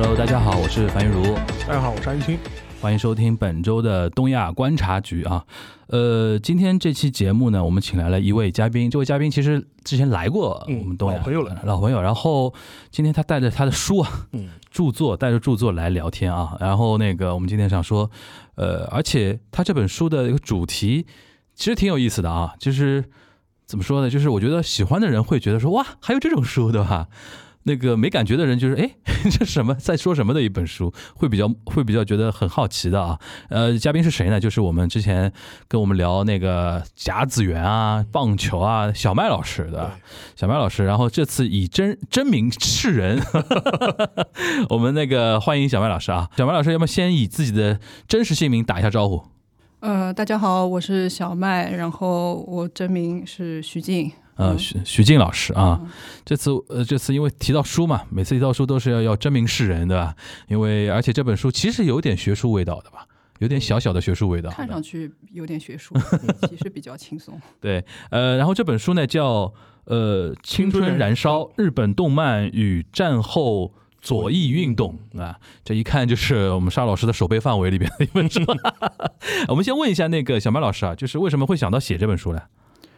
Hello， 大家好，我是樊玉茹。 大家好，我是安青。 欢迎收听本周的东亚观察局啊。今天这期节目呢，我们请来了一位嘉宾，这位嘉宾其实之前来过我们东亚，老朋友。然后今天他带着他的书啊，带着著作来聊天啊。然后我们今天想说，而且他这本书的一个主题其实挺有意思的啊，就是怎么说呢？就是我觉得喜欢的人会觉得说，哇，还有这种书，对吧？没感觉的人就是这什么在说什么的一本书，会比较觉得很好奇的啊。嘉宾是谁呢？就是我们之前跟我们聊甲子园啊、棒球啊，小麦老师的小麦老师，然后这次以真名示人，我们欢迎小麦老师啊。小麦老师要不要先以自己的真实姓名打一下招呼？ 大家好，我是小麦，然后我真名是徐静。 徐静老师啊，这次因为提到书嘛，每次提到书都是要真名示人，对吧？而且这本书其实有点学术味道的吧，有点小小的学术味道， 看上去有点学术，其实比较轻松。 对，然后这本书呢叫青春燃烧：日本动漫与战后左翼运动啊，这一看就是我们沙老师的手背范围里边的一本书。我们先问一下小麦老师啊，就是为什么会想到写这本书呢？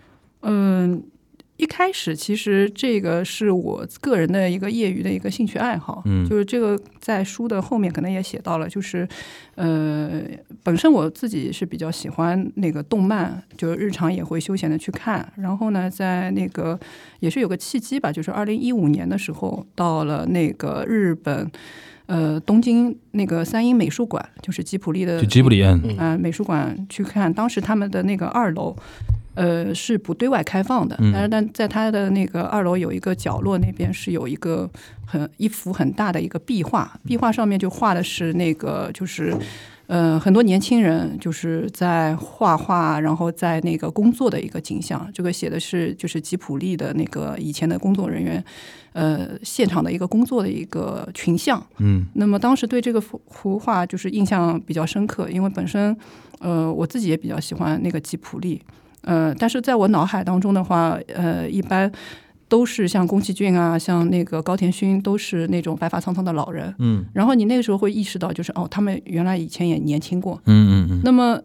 一开始其实这个是我个人的一个业余的一个兴趣爱好，就是这个在书的后面可能也写到了，就是本身我自己是比较喜欢动漫，就日常也会休闲的去看，然后呢在也是有个契机吧，就是2015年的时候到了日本东京三鹰美术馆，就是吉卜力的吉卜力美术馆去看，当时他们的2楼是不对外开放的，但在它的2楼有一个角落，那边是有一幅很大的一个壁画，壁画上面就画的是就是很多年轻人就是在画画，然后在工作的一个景象。这个写的是就是吉卜力的以前的工作人员现场的一个工作的一个群像。那么当时对这个幅画就是印象比较深刻，因为本身我自己也比较喜欢吉卜力。但是在我脑海当中的话，一般都是像宫崎骏啊，像高田勋，都是那种白发苍苍的老人。然后你那个时候会意识到，就是他们原来以前也年轻过。那么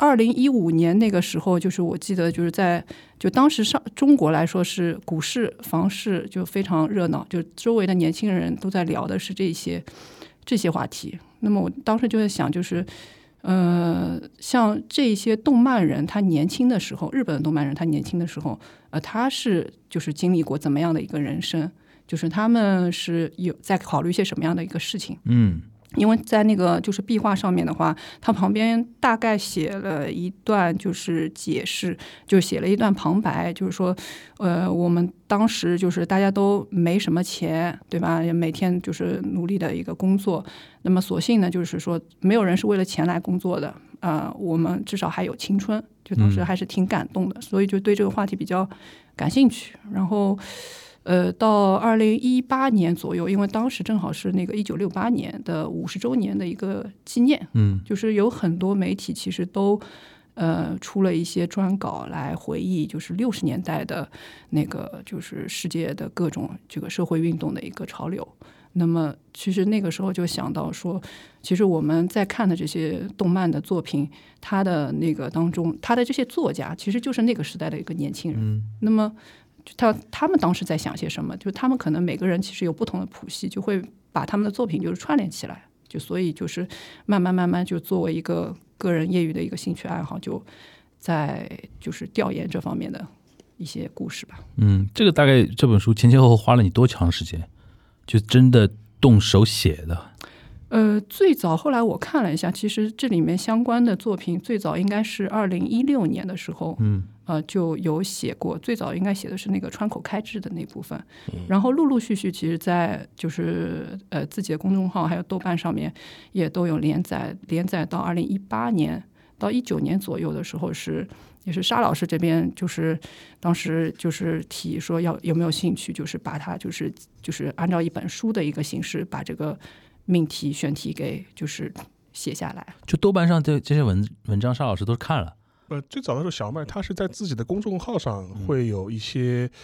2015年那个时候，就是我记得就是就当时中国来说是股市房市就非常热闹，就周围的年轻人都在聊的是这些话题。那么我当时就在想，就是像这些动漫人他年轻的时候，日本的动漫人他年轻的时候，他是就是经历过怎么样的一个人生，就是他们是有在考虑一些什么样的一个事情。因为在就是壁画上面的话，他旁边大概写了一段就是解释，就写了一段旁白，就是说我们当时就是大家都没什么钱，对吧？每天就是努力的一个工作，那么所幸呢就是说没有人是为了钱来工作的，我们至少还有青春，就当时还是挺感动的，所以就对这个话题比较感兴趣。然后到2018年左右，因为当时正好是1968年的50周年的一个纪念，就是有很多媒体其实都出了一些专稿来回忆，就是60年代的就是世界的各种这个社会运动的一个潮流。那么其实那个时候就想到说，其实我们在看的这些动漫的作品，它的当中，他的这些作家其实就是那个时代的一个年轻人。那么他们当时在想些什么，就他们可能每个人其实有不同的谱系，就会把他们的作品就是串联起来，就所以就是慢慢就作为一个个人业余的一个兴趣爱好，就在就是调研这方面的一些故事吧。 这个大概这本书前前后后花了你多长时间就真的动手写的？ 最早后来我看了一下，其实这里面相关的作品最早应该是2016年的时候，就有写过，最早应该写的是川口开智的那部分，然后陆陆续续其实在就是自己的公众号还有豆瓣上面也都有连载到2018年到19年左右的时候也是沙老师这边就是当时就是提说有没有兴趣，就是把它就是按照一本书的一个形式把这个命题选题给就是写下来。 就豆瓣上这些文章沙老师都看了。 最早的时候小麦他是在自己的公众号上会有一些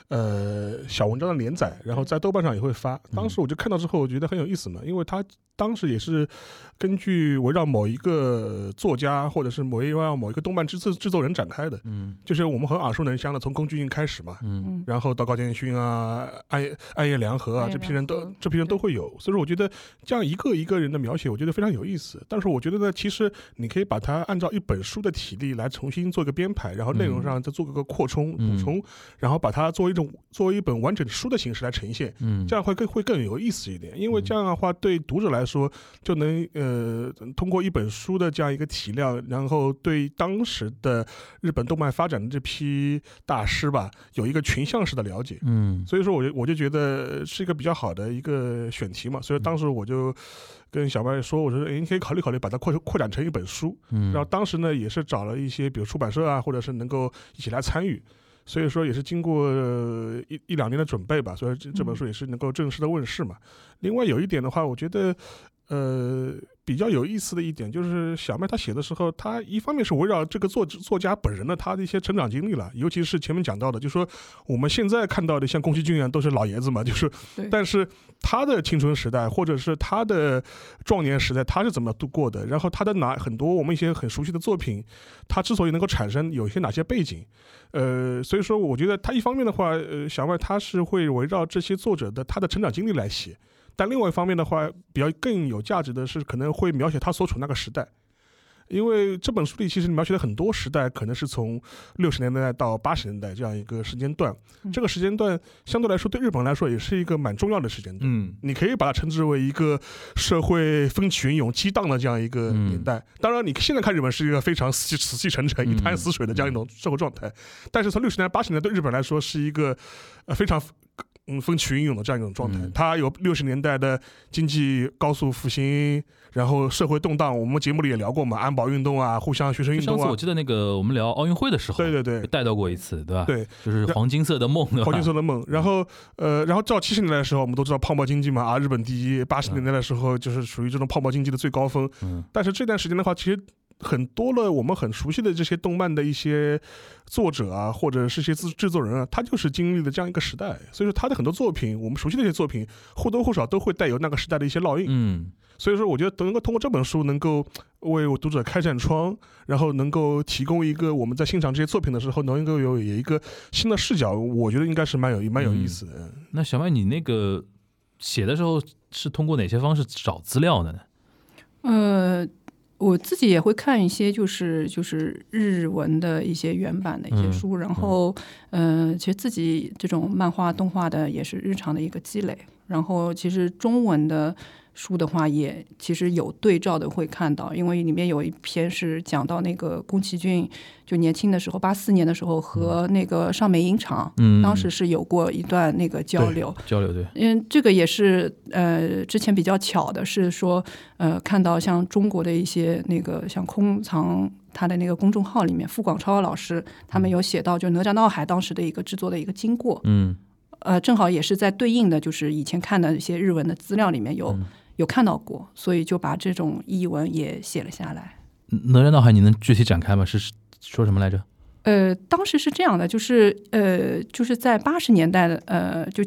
小文章的连载，然后在豆瓣上也会发。当时我就看到之后，我觉得很有意思嘛，因为他当时也是根据围绕某一个作家或者是围绕某一个动漫制作人展开的。就是我们很耳熟能详的，从宫崎骏开始嘛，然后到高田勋啊、暗夜凉和啊，这批人都会有。所以说，我觉得这样一个一个人的描写，我觉得非常有意思。但是我觉得呢，其实你可以把它按照一本书的体例来重新做一个编排，然后内容上再做个扩充补充，然后把它作为一本完整的书的形式来呈现，这样会更有意思一点。因为这样的话，对读者来说，就能通过一本书的这样一个体量，然后对当时的日本动漫发展的这批大师吧，有一个群像式的了解。所以说我就觉得是一个比较好的一个选题嘛。所以当时我就跟小麦说，我说你可以考虑考虑把它扩展成一本书。然后当时呢也是找了一些比如出版社啊，或者是能够一起来参与。所以说也是经过一两年的准备吧，所以这本书也是能够正式的问世嘛。另外有一点的话，我觉得比较有意思的一点就是小麦他写的时候，他一方面是围绕这个作家本人的他的一些成长经历了，尤其是前面讲到的，就是说我们现在看到的像宫崎骏一样都是老爷子嘛，就是但是他的青春时代或者是他的壮年时代他是怎么度过的，然后他的很多我们一些很熟悉的作品，他之所以能够产生有一些哪些背景，所以说我觉得他一方面的话，小麦他是会围绕这些作者的他的成长经历来写。但另外一方面的话，比较更有价值的是可能会描写他所处那个时代，因为这本书里其实描写了很多时代，可能是从60年代到80年代这样一个时间段。这个时间段相对来说对日本来说也是一个蛮重要的时间段。你可以把它称之为一个社会风起云涌激荡的这样一个年代。当然你现在看日本是一个非常死气沉沉一潭死水的这样一种社会状态，但是从60年代80年代对日本来说是一个非常风起云涌的这样一种状态。它有60年代的经济高速复兴，然后社会动荡，我们节目里也聊过嘛，安保运动啊，互相学生运动啊。 上次我记得那个我们聊奥运会的时候，对带到过一次，对吧？ 对， 就是黄金色的梦，对吧？ 黄金色的梦。然后到70年代的时候，我们都知道泡沫经济嘛，日本第一。80年代的时候就是属于这种泡沫经济的最高峰。但是这段时间的话，其实很多了我们很熟悉的这些动漫的一些作者啊，或者是一些制作人啊，他就是经历了这样一个时代，所以说他的很多作品，我们熟悉的一些作品，或多或少都会带有那个时代的一些烙印。所以说我觉得能够通过这本书能够为读者开扇窗，然后能够提供一个我们在欣赏这些作品的时候能够有一个新的视角，我觉得应该是蛮有意思的。 那小麦你那个写的时候是通过哪些方式找资料的呢？ 我自己也会看一些就是日文的一些原版的一些书，然后其实自己这种漫画动画的也是日常的一个积累，然后其实中文的书的话也其实有对照的会看到，因为里面有一篇是讲到那个宫崎骏就年轻的时候84年的时候和那个上美影厂当时是有过一段那个交流对，这个也是之前比较巧的是说看到像中国的一些那个像空藏他的那个公众号里面傅广超老师他们有写到就哪吒闹海当时的一个制作的一个经过，正好也是在对应的就是以前看的一些日文的资料里面有看到过，所以就把这种译文也写了下来。 哪吒闹海你能具体展开吗？是说什么来着？ 当时是这样的，就是在80年代的就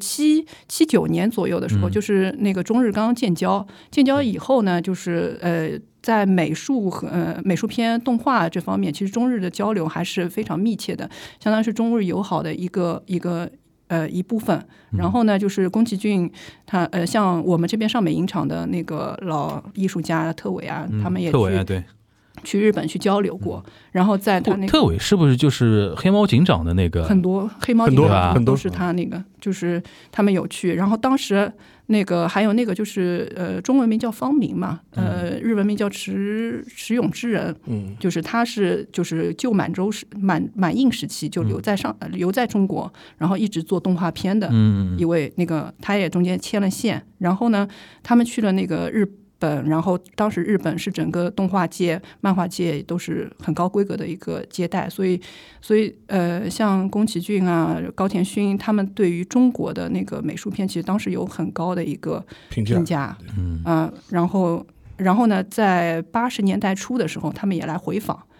79年左右的时候，就是那个中日刚建交以后呢，就是在美术片动画这方面，其实中日的交流还是非常密切的，相当于是中日友好的一部分。然后呢，就是宫崎骏他像我们这边上美影厂的那个老艺术家特伟啊，他们也去日本去交流过，然后在他那个特伟是不是就是黑猫警长的那个？ 很多黑猫警长都是他那个，就是他们有去。然后当时那个还有那个就是中文名叫方明嘛，日文名叫池永之人，就是他是就是旧满印时期就留在中国，然后一直做动画片的一位那个，他也中间牵了线。然后呢，他们去了那个日本，然后当时日本是整个动画界漫画界都是很高规格的一个接待，所以像宫崎骏啊高田勋他们对于中国的那个美术片其实当时有很高的一个评价然后呢在80年代初的时候他们也来回访，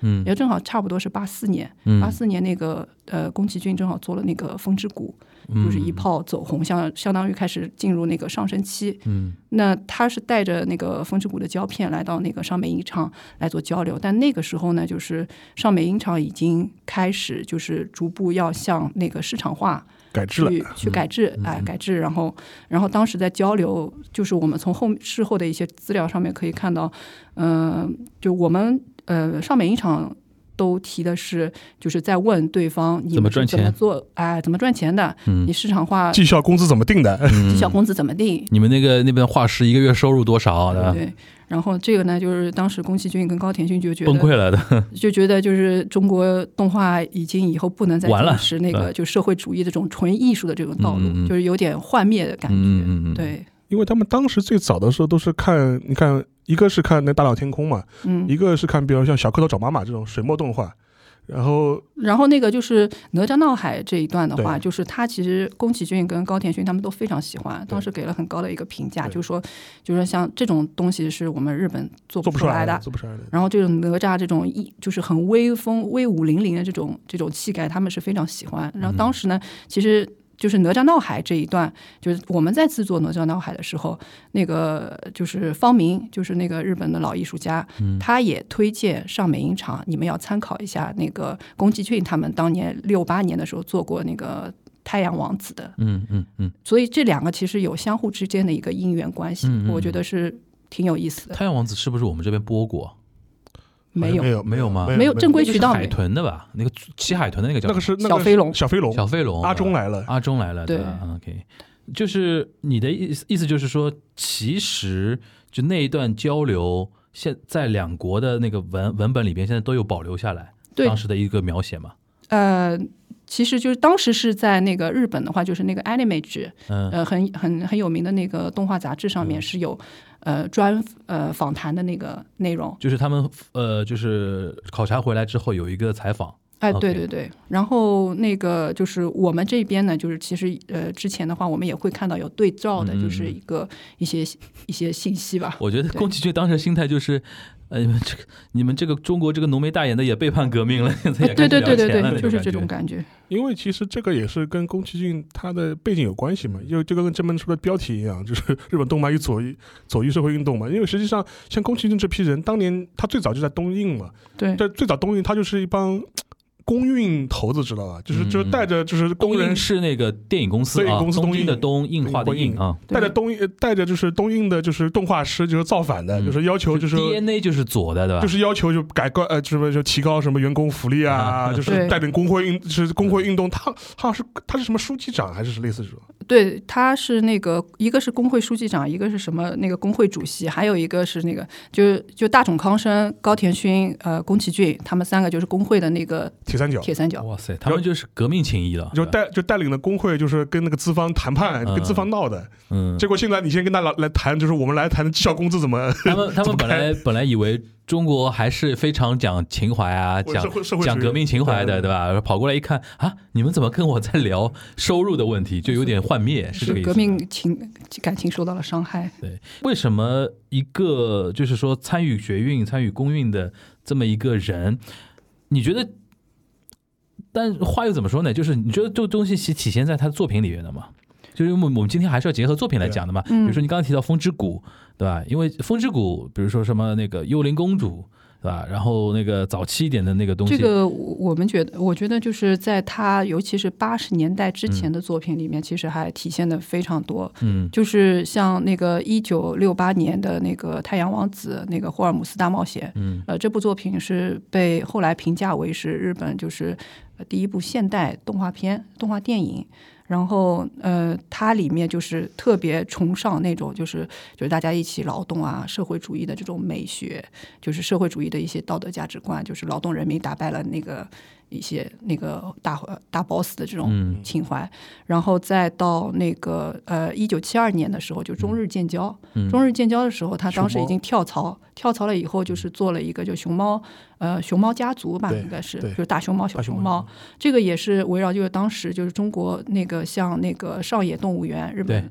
也正好差不多是84年，84年那个宫崎骏正好做了那个《风之谷》，就是一炮走红，相当于开始进入那个上升期。那他是带着那个《风之谷》的胶片来到那个上美影厂来做交流，但那个时候呢，就是上美影厂已经开始就是逐步要向那个市场化改制了， 去改制，改制。然后当时在交流，就是我们从事后的一些资料上面可以看到，就我们上美影厂都提的是，就是在问对方你们是怎么做，怎么赚钱的？你市场化绩效工资怎么定的？ 绩效工资怎么定？ 你们那边画师一个月收入多少的？ 对。然后这个呢，就是当时宫崎骏跟高田勋就觉得崩溃了的， 就觉得就是中国动画已经以后不能再坚持那个就社会主义的这种纯艺术的这种道路，就是有点幻灭的感觉。对， 因为他们当时最早的时候都是看，你看一个是看那大闹天宫嘛，一个是看比如像小蝌蚪找妈妈这种水墨动画。然后那个就是哪吒闹海这一段的话，就是他其实宫崎骏跟高田勋他们都非常喜欢，当时给了很高的一个评价，就是说像这种东西是我们日本做不出来的。然后这种哪吒这种就是很威风威武凛凛的这种气概，他们是非常喜欢。然后当时呢，其实就是哪吒闹海这一段，就是我们在制作哪吒闹海的时候，那个就是方明，就是那个日本的老艺术家，他也推荐上美影厂，你们要参考一下那个宫崎骏他们当年68年的时候做过那个太阳王子的。所以这两个其实有相互之间的一个因缘关系，我觉得是挺有意思的。 太阳王子是不是我们这边播过？ 没有吗？ 没有正规渠道。 海豚的吧？那个骑海豚的那个叫那个是小飞龙。 小飞龙。阿忠来了。 对吧 ？OK， 就是你的意思就是说，其实就那一段交流，现在两国的那个文本里边，现在都有保留下来当时的一个描写嘛？ 其实就是当时是在那个日本的话，就是那个 Animage，很有名的那个动画杂志上面是有专访谈的那个内容， 就是他们就是考察回来之后有一个采访。 对对对，然后那个就是我们这边呢，就是其实之前的话，我们也会看到有对照的，就是一些信息吧。 我觉得宫崎骏当时心态就是。你们这个中国这个浓眉大眼的也背叛革命了， 对，就是这种感觉。 因为其实这个也是跟宫崎骏他的背景有关系嘛，就跟这本书的标题一样，就是日本动漫与左翼社会运动嘛。因为实际上像宫崎骏这批人，当年他最早就在东映嘛， 对， 在最早东映他就是一帮公运头子，知道吧？就是带着就是工人是那个电影公司东映的东，映画的映啊， 带着就是东映的就是动画师，就是造反的，就是要求就是 DNA 就是左的，对吧？就是要求就改革就提高什么员工福利啊，就是带领工会运动。他好像他是什么书记长还是类似这种？ 对，他是那个一个是工会书记长，一个是什么那个工会主席，还有一个是那个就大冢康生、高田勋、宫崎骏，他们三个就是工会的那个铁三角。 哇塞，他们就是革命情谊了， 就带领了工会，就是跟那个资方谈判，跟资方闹的。结果现在你先跟他来谈，就是我们来谈绩效工资怎么？ 他们本来以为中国还是非常讲情怀啊，讲革命情怀的，对吧？跑过来一看啊，你们怎么跟我在聊收入的问题，就有点幻灭，是这个意思。 革命感情受到了伤害。 对，为什么一个就是说参与学运、参与工运的这么一个人，你觉得？但话又怎么说呢？就是你觉得这东西是体现在他的作品里面的吗？就是我们今天还是要结合作品来讲的嘛。比如说你刚刚提到《风之谷》，对吧？因为《风之谷》，比如说什么那个幽灵公主，对吧？然后那个早期一点的那个东西， 这个我觉得就是在他尤其是80年代之前的作品里面，其实还体现的非常多。就是像那个1968年的那个《太阳王子》那个霍尔姆斯大冒险，这部作品是被后来评价为是日本就是第一部现代动画电影。然后它里面就是特别崇尚那种就是大家一起劳动啊，社会主义的这种美学，就是社会主义的一些道德价值观，就是劳动人民打败了那个一些那个大 boss 的这种情怀。然后再到那个1972年的时候，就中日建交，的时候，他当时已经跳槽了以后，就是做了一个就熊猫家族吧，应该是就是大熊猫小熊猫，这个也是围绕就是当时就是中国那个像那个上野动物园日本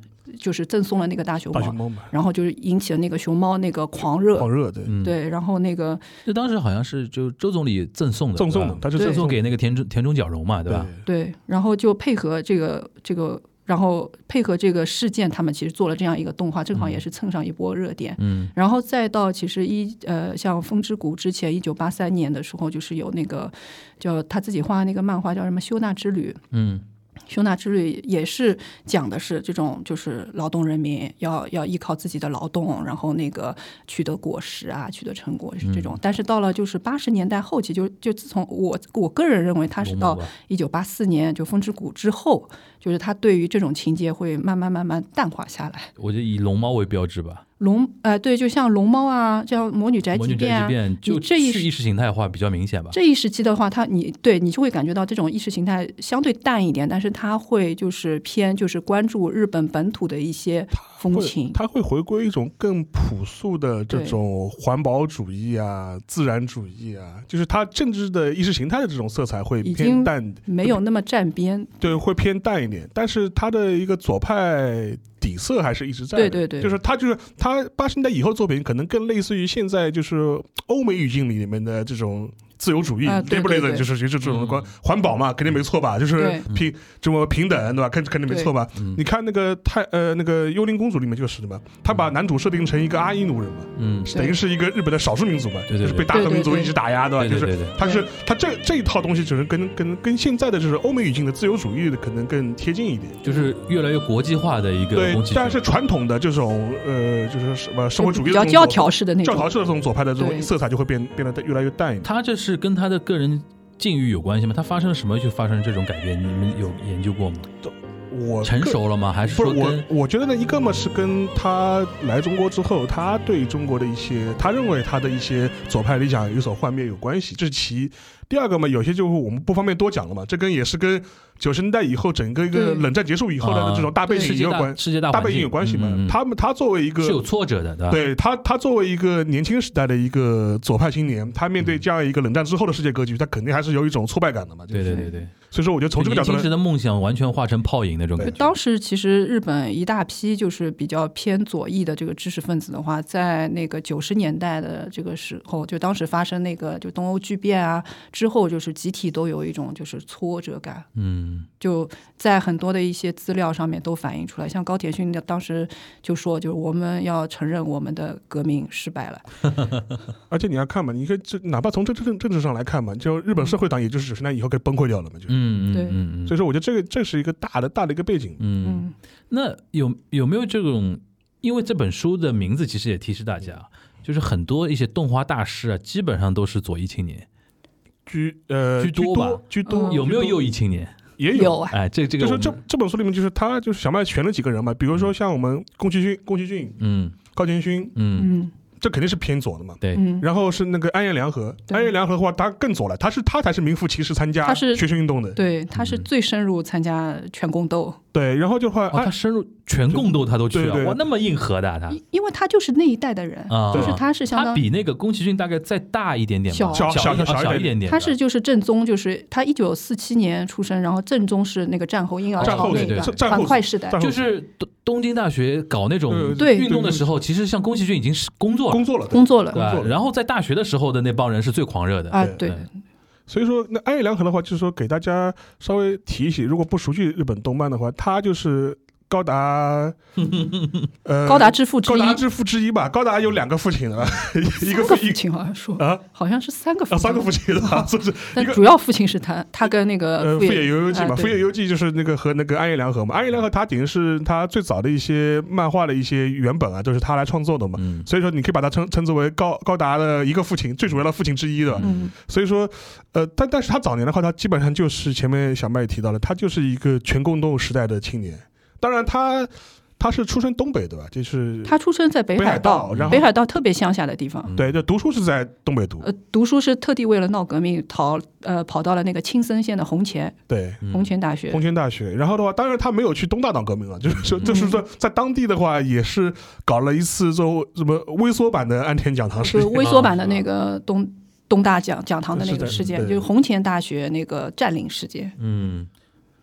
就是赠送了那个大熊猫嘛， 然后就是引起了那个熊猫那个狂热对、 对，然后那个这当时好像是就周总理赠送的， 他是赠送给那个田中角荣嘛，对吧？ 对，然后就配合这个。然后配合这个事件，他们其实做了这样一个动画，正好也是蹭上一波热点。然后再到其实像《风之谷》之前1983年的时候，就是有那个叫他自己画那个漫画叫什么《修纳之旅》。修纳之旅也是讲的是这种，就是劳动人民要依靠自己的劳动，然后那个取得果实啊，取得成果是这种。但是到了就是80年代后期，就自从我个人认为，他是到1984年就《风之谷》之后，就是他对于这种情节会慢慢淡化下来。 我觉得以龙猫为标志吧。 对，就像龙猫啊，像魔女宅急便啊， 就去意识形态化比较明显吧。 这一时期的话，你就会感觉到这种意识形态相对淡一点，但是它会就是偏就是关注日本本土的一些风情， 它会回归一种更朴素的这种环保主义啊、自然主义啊，就是它政治的意识形态的这种色彩会偏淡， 没有那么站边， 对，会偏淡一点。但是它的一个左派底色还是一直在的， 对， 就是他80年代以后的作品可能更类似于现在就是欧美语境里面的这种自由主义，对不对的？就是这种环保嘛，肯定没错吧？就是这么平等，对吧？肯定没错吧？你看那个那个幽灵公主里面就是的嘛，他把男主设定成一个阿伊奴人嘛，等于是一个日本的少数民族嘛，就是被大和民族一直打压，对吧？就是他这一套东西，就是跟现在的就是欧美语境的自由主义的可能更贴近一点， 就是越来越国际化的一个对，但是传统的这种就是什么社会主义比较教条式的那种这种左派的这种色彩就会变得越来越淡一点。 他这是跟他的个人境遇有关系吗？他发生了什么就发生这种改变？你们有研究过吗？ 我成熟了吗？还是说我觉得呢，一个嘛是跟他来中国之后，他对中国的一些他认为他的一些左派理想有所幻灭有关系，这是其一。第二个嘛，有些就是我们不方便多讲了嘛，这也是跟90年代以后整个一个冷战结束以后的这种大背景有关， 世界大背景有关系嘛。他作为一个是有挫折的， 对他作为一个年轻时代的一个左派青年，他面对这样一个冷战之后的世界格局，他肯定还是有一种挫败感的嘛。 对。 所以说，我觉得从这个角度， 年轻时的梦想完全化成泡影那种感觉。 当时其实日本一大批就是比较偏左翼的这个知识分子的话，在那个90年代的这个时候，就当时发生那个就东欧剧变啊之后，就是集体都有一种就是挫折感。就在很多的一些资料上面都反映出来，像高田勋当时就说，就是我们要承认我们的革命失败了。 而且你要看嘛，你可以哪怕从政治上来看嘛，就日本社会党也就是90年代以后给崩溃掉了嘛，就对。 所以说我觉得这是一个大的一个背景。 那有没有这种？因为这本书的名字其实也提示大家，就是很多一些动画大师啊，基本上都是左翼青年，居多吧？居多。有没有右翼青年？ 也有啊。 哎，这个就是这本书里面，就是他就是小麦选了几个人嘛，比如说像我们宫崎骏，高田勋，这肯定是偏左的嘛。 对， 然后是那个安彦良和的话，他更左了，他才是名副其实参加学生运动的。 对，他是最深入参加全宫斗。 对，然后就话他深入全宫斗他都去了，哇，那么硬核的他。 因为他就是那一代的人，就是他是相当他比那个宫崎骏大概再大一点点， 小一点点。 他是就是正宗，就是他1947年出生，然后正宗是那个战后婴儿潮那个团块时代， 就是东京大学搞那种运动的时候，其实像宫崎骏已经是工作了，对。然后在大学的时候的那帮人是最狂热的啊，对。 所以说，那安彦良和的话，就是说给大家稍微提一提，如果不熟悉日本动漫的话，他就是高达之父之一吧。高达有2个父亲的，一个父亲好像说好像是3个父亲，3 个父亲的， 但主要父亲是他跟那个富野由悠季嘛，富野由悠季就是那个和那个安彦良和嘛，安彦良和他等于是他最早的一些漫画的一些原本啊，都是他来创作的嘛，所以说你可以把他称之为高达的一个父亲，最主要的父亲之一的。所以说但是他早年的话，他基本上就是前面小麦也提到了，他就是一个全共斗时代的青年。当然他是出生东北对吧？就是他出生在北海道，北海道特别乡下的地方。 对，读书是在东北读。 读书是特地为了闹革命跑到了那个青森县的红前。 对， 红前大学。 然后的话，当然他没有去东大党革命了，就是说在当地的话也是搞了一次什么微缩版的安田讲堂事件， 微缩版的那个东大讲堂的那个事件，就是红前大学那个占领事件。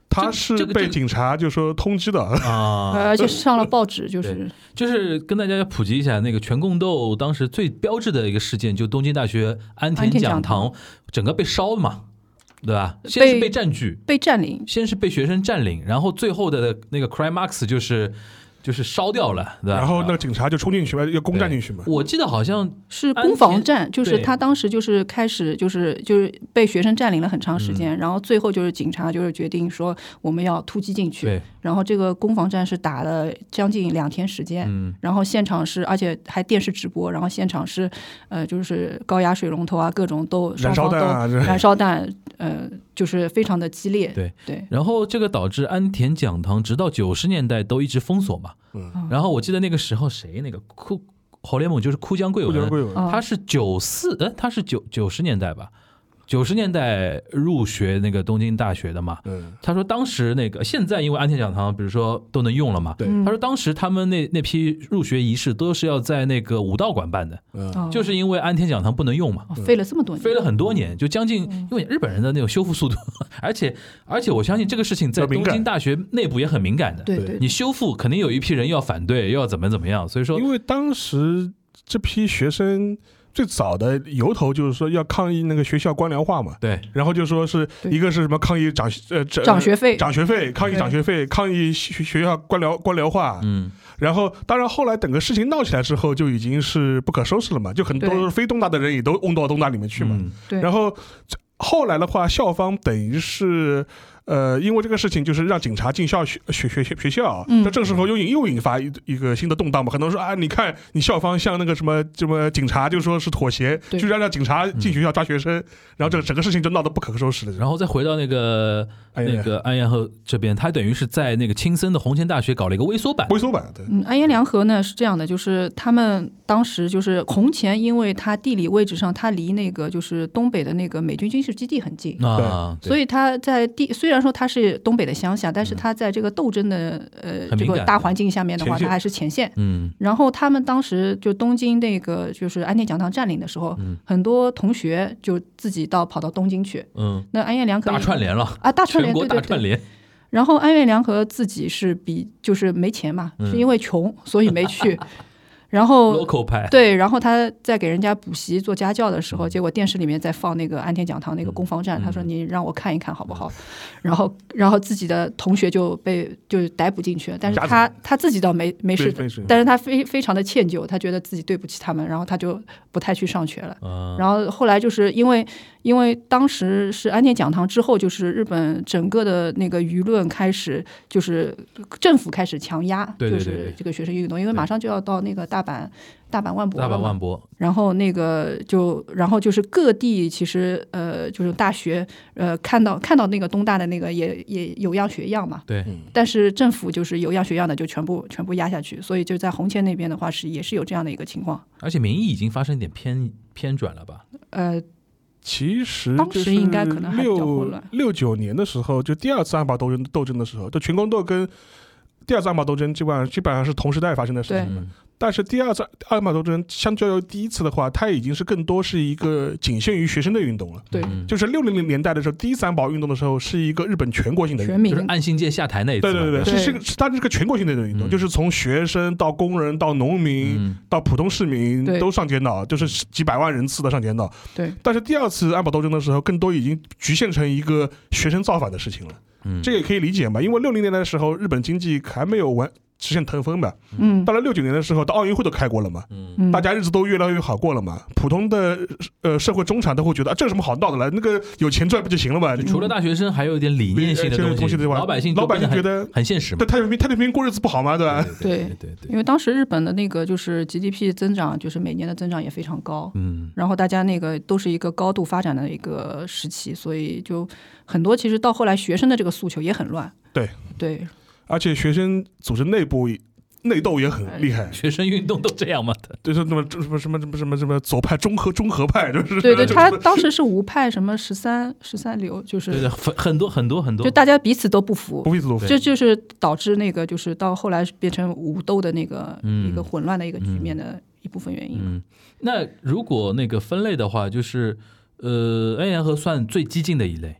他是被警察就说通缉的啊， 而且上了报纸，就是跟大家普及一下，那个全共斗当时最标志的一个事件，就东京大学安田讲堂整个被烧嘛，对吧？先是被占据、 被占领， 先是被学生占领，然后最后的那个 climax就是烧掉了，对吧？ 然后那个警察就冲进去嘛，要攻占进去嘛。 我记得好像是攻防战，就是他当时就是开始就是被学生占领了很长时间，然后最后就是警察就是决定说我们要突击进去，然后这个攻防战是打了将近2天时间，然后现场是而且还电视直播，然后现场是就是高压水龙头啊，各种都燃烧弹啊， 燃烧弹就是非常的激烈， 对。然后这个导致安田讲堂直到90年代都一直封锁嘛。然后我记得那个时候谁那个侯联盟就是哭江贵文，他是他是90年代吧，90年代入学那个东京大学的嘛。他说当时那个现在因为安田讲堂比如说都能用了嘛，他说当时他们那批入学仪式都是要在那个武道馆办的，就是因为安田讲堂不能用嘛， 飞了这么多年， 飞了很多年，就将近因为日本人的那种修复速度，而且我相信这个事情在东京大学内部也很敏感的， 对， 你修复肯定有一批人要反对，又要怎么样，所以说因为当时这批学生最早的由头就是说要抗议那个学校官僚化嘛， 对， 然后就说是一个是什么抗议涨学费，抗议涨学费，抗议学校官僚化，然后当然后来整个事情闹起来之后就已经是不可收拾了嘛，就很多非东大的人也都嗡到东大里面去嘛，然后后来的话校方等于是因为这个事情就是让警察进学校，这这时候又引发一个新的动荡嘛。很多人说啊，你看你校方像那个什么警察就说是妥协，就让警察进学校抓学生，然后这整个事情就闹得不可收拾了。 然后再回到那个安彦和这边，他等于是在那个青森的弘前大学搞了一个微缩版。 对。 安彦良和呢是这样的，就是他们当时就是弘前，因为它地理位置上它离那个就是东北的那个美军军事基地很近啊， 所以它在虽然说它是东北的乡下，但是它在这个斗争的这个大环境下面的话，它还是前线。然后他们当时就东京那个就是安田讲堂占领的时候，很多同学就自己跑到东京去。那安彦良和大串联了啊，大串联， 全国大串联。 然后安彦良和自己是就是没钱嘛，是因为穷所以没去。然后 local 派对，然后他在给人家补习做家教的时候，结果电视里面在放那个安田讲堂那个攻防战，他说你让我看一看好不好？然后自己的同学就逮捕进去了，但是他自己倒没事，但是他非常的歉疚，他觉得自己对不起他们，然后他就不太去上学了。然后后来就是因为当时是安田讲堂之后，就是日本整个的那个舆论开始就是政府开始强压，就是这个学生运动，因为马上就要到那个大阪万博，然后就是各地其实就是大学看到那个东大的那个也有样学样嘛， 对， 但是政府就是有样学样的就全部压下去，所以就在弘前那边的话也是有这样的一个情况， 而且民意已经发生一点偏转了吧？ 其实当时应该可能还比较混乱。 69年的时候，就第二次安保斗争的时候，就群公斗跟第二次安保斗争基本上是同时代发生的事情。但是第二次安保斗争相较于第一次的话，它已经是更多是一个仅限于学生的运动了。 对， 就是60年代的时候，第一次安保运动的时候是一个日本全国性的运动， 就是岸信介下台那一次。 对，它是个全国性的运动，就是从学生到工人到农民到普通市民都上街闹，就是几百万人次的上街闹。 对， 但是第二次安保斗争的时候，更多已经局限成一个学生造反的事情了。这个也可以理解嘛，因为60年代的时候，日本经济还没有实现腾飞嘛，到了69年的时候，到奥运会都开过了嘛，大家日子都越来越好过了嘛，普通的社会中产都会觉得这有什么好闹的了，那个有钱赚不就行了嘛？ 除了大学生，还有一点理念性的东西，老百姓觉得很现实嘛， 对，太平平过日子不好吗？对吧？ 对，因为当时日本的那个就是 GDP 增长，就是每年的增长也非常高，然后大家那个都是一个高度发展的一个时期，所以就很多其实到后来学生的这个诉求也很乱，对。 而且学生组织内部内斗也很厉害， 学生运动都这样吗？ 就是那么什么左派中和派，就是对，他当时是无派什么13流，就是对很多， 就大家彼此都不服， 这就是导致那个就是到后来变成武斗的那个一个混乱的一个局面的一部分原因。 那如果那个分类的话，就是安彦和算最激进的一类。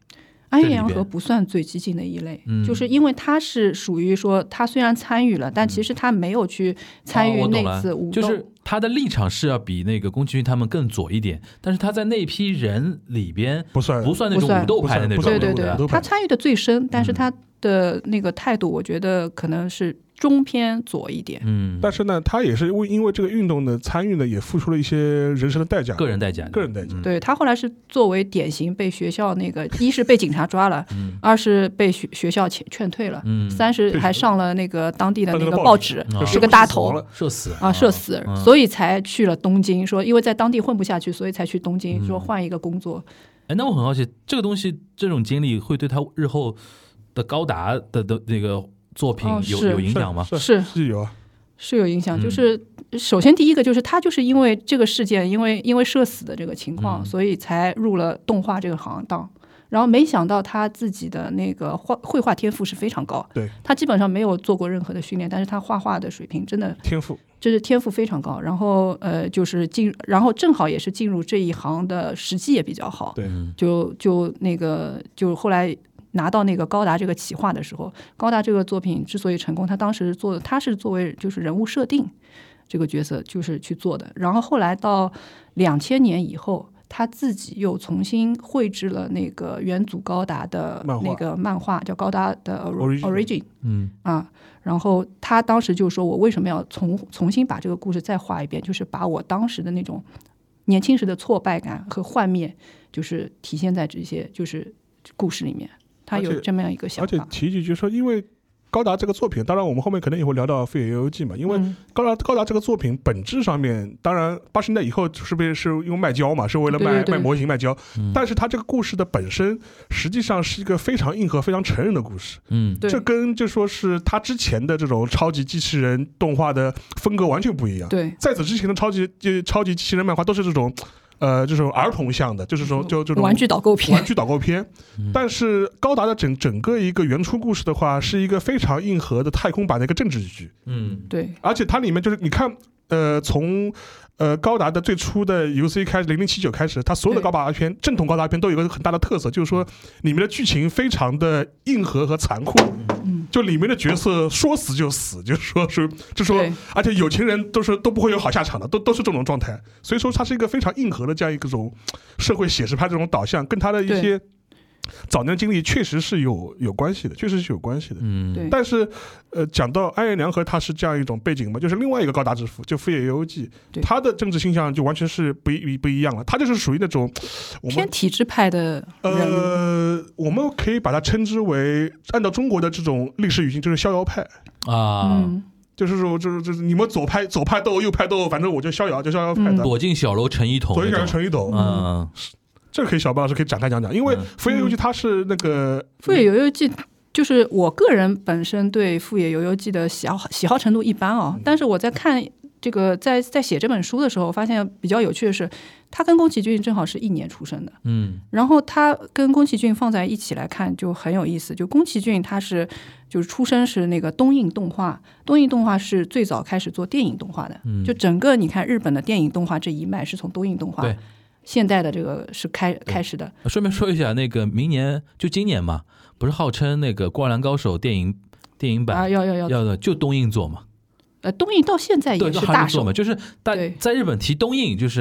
安彦洋和不算最激进的一类，就是因为他是属于说他虽然参与了，但其实他没有去参与那次武斗， 就是他的立场是要比那个宫崎骏他们更左一点，但是他在那批人里边不算那种武斗派的那种， 对，他参与的最深，但是他的那个态度，我觉得可能是中偏左一点。 但是呢，他也是因为这个运动的参与呢，也付出了一些人生的代价， 个人代价。 对，他后来是作为典型被学校那个，一是被警察抓了，二是被学校劝退了，三是还上了那个当地的那个报纸，是个大头， 社死， 所以才去了东京，说因为在当地混不下去，所以才去东京，说换一个工作。 那我很好奇，这个东西，这种经历会对他日后的高达的那个作品有影响吗？ 是有啊， 是有影响。就是首先第一个就是他就是因为这个事件，因为社死的这个情况，所以才入了动画这个行当。然后没想到他自己的那个绘画天赋是非常高， 对， 他基本上没有做过任何的训练，但是他画画的水平真的就是天赋非常高。然后然后正好也是进入这一行的时机也比较好， 对， 就后来拿到那个高达这个企划的时候，高达这个作品之所以成功，他当时做的他是作为就是人物设定这个角色就是去做的。然后后来到2000年以后，他自己又重新绘制了那个元祖高达的那个漫画，叫高达的 Origin， 然后他当时就说，我为什么要重新把这个故事再画一遍，就是把我当时的那种年轻时的挫败感和幻灭，就是体现在这些就是故事里面。他有这么样一个想法。 而且提及就是说，因为高达这个作品，当然我们后面可能也会聊到《富野由悠季》嘛，因为高达这个作品本质上面，当然80年代以后是不是是因为卖胶嘛，是为了卖模型卖胶，但是它这个故事的本身实际上是一个非常硬核、非常成人的故事。这跟就说是他之前的这种超级机器人动画的风格完全不一样。 对， 在此之前的超级机器人漫画都是这种。这种儿童向的，就是说就这种玩具导购片，但是高达的整个一个原初故事的话，是一个非常硬核的太空版的一个政治剧。 对， 而且它里面就是你看，从高达的最初的 UC 开始，0079开始，它所有的高达片，正统高达片都有一个很大的特色，就是说里面的剧情非常的硬核和残酷。就里面的角色说死就死，就是说，而且有钱人都不会有好下场的，都是这种状态。所以说，它是一个非常硬核的这样一种社会写实派这种导向，跟他的一些早年经历确实是有关系的，确实是有关系的。但是讲到安彦良和他是这样一种背景嘛，就是另外一个高达之父，就富野由悠季，他的政治倾向就完全是不一样了。他就是属于那种偏体制派的人物， 我们可以把它称之为按照中国的这种历史语境，就是逍遥派啊。 就是说，就是你们左派斗，右派斗，反正我就逍遥派的。 躲进小楼成一统。 这个可以小白老师可以展开讲讲，因为富野由悠季他是那个富野由悠季，就是我个人本身对富野由悠季的喜好程度一般啊，但是我在看这个在写这本书的时候，发现比较有趣的是，他跟宫崎骏正好是一年出生的，然后他跟宫崎骏放在一起来看就很有意思。就宫崎骏他就是出生是那个东映动画是最早开始做电影动画的，就整个你看日本的电影动画这一脉是从东映动画。对。现在的这个是开始的。 顺便说一下，那个明年就今年嘛，不是号称那个《灌篮高手》电影版要的就东映做嘛？ 东映到现在也是大手嘛，就是在日本提东映，就是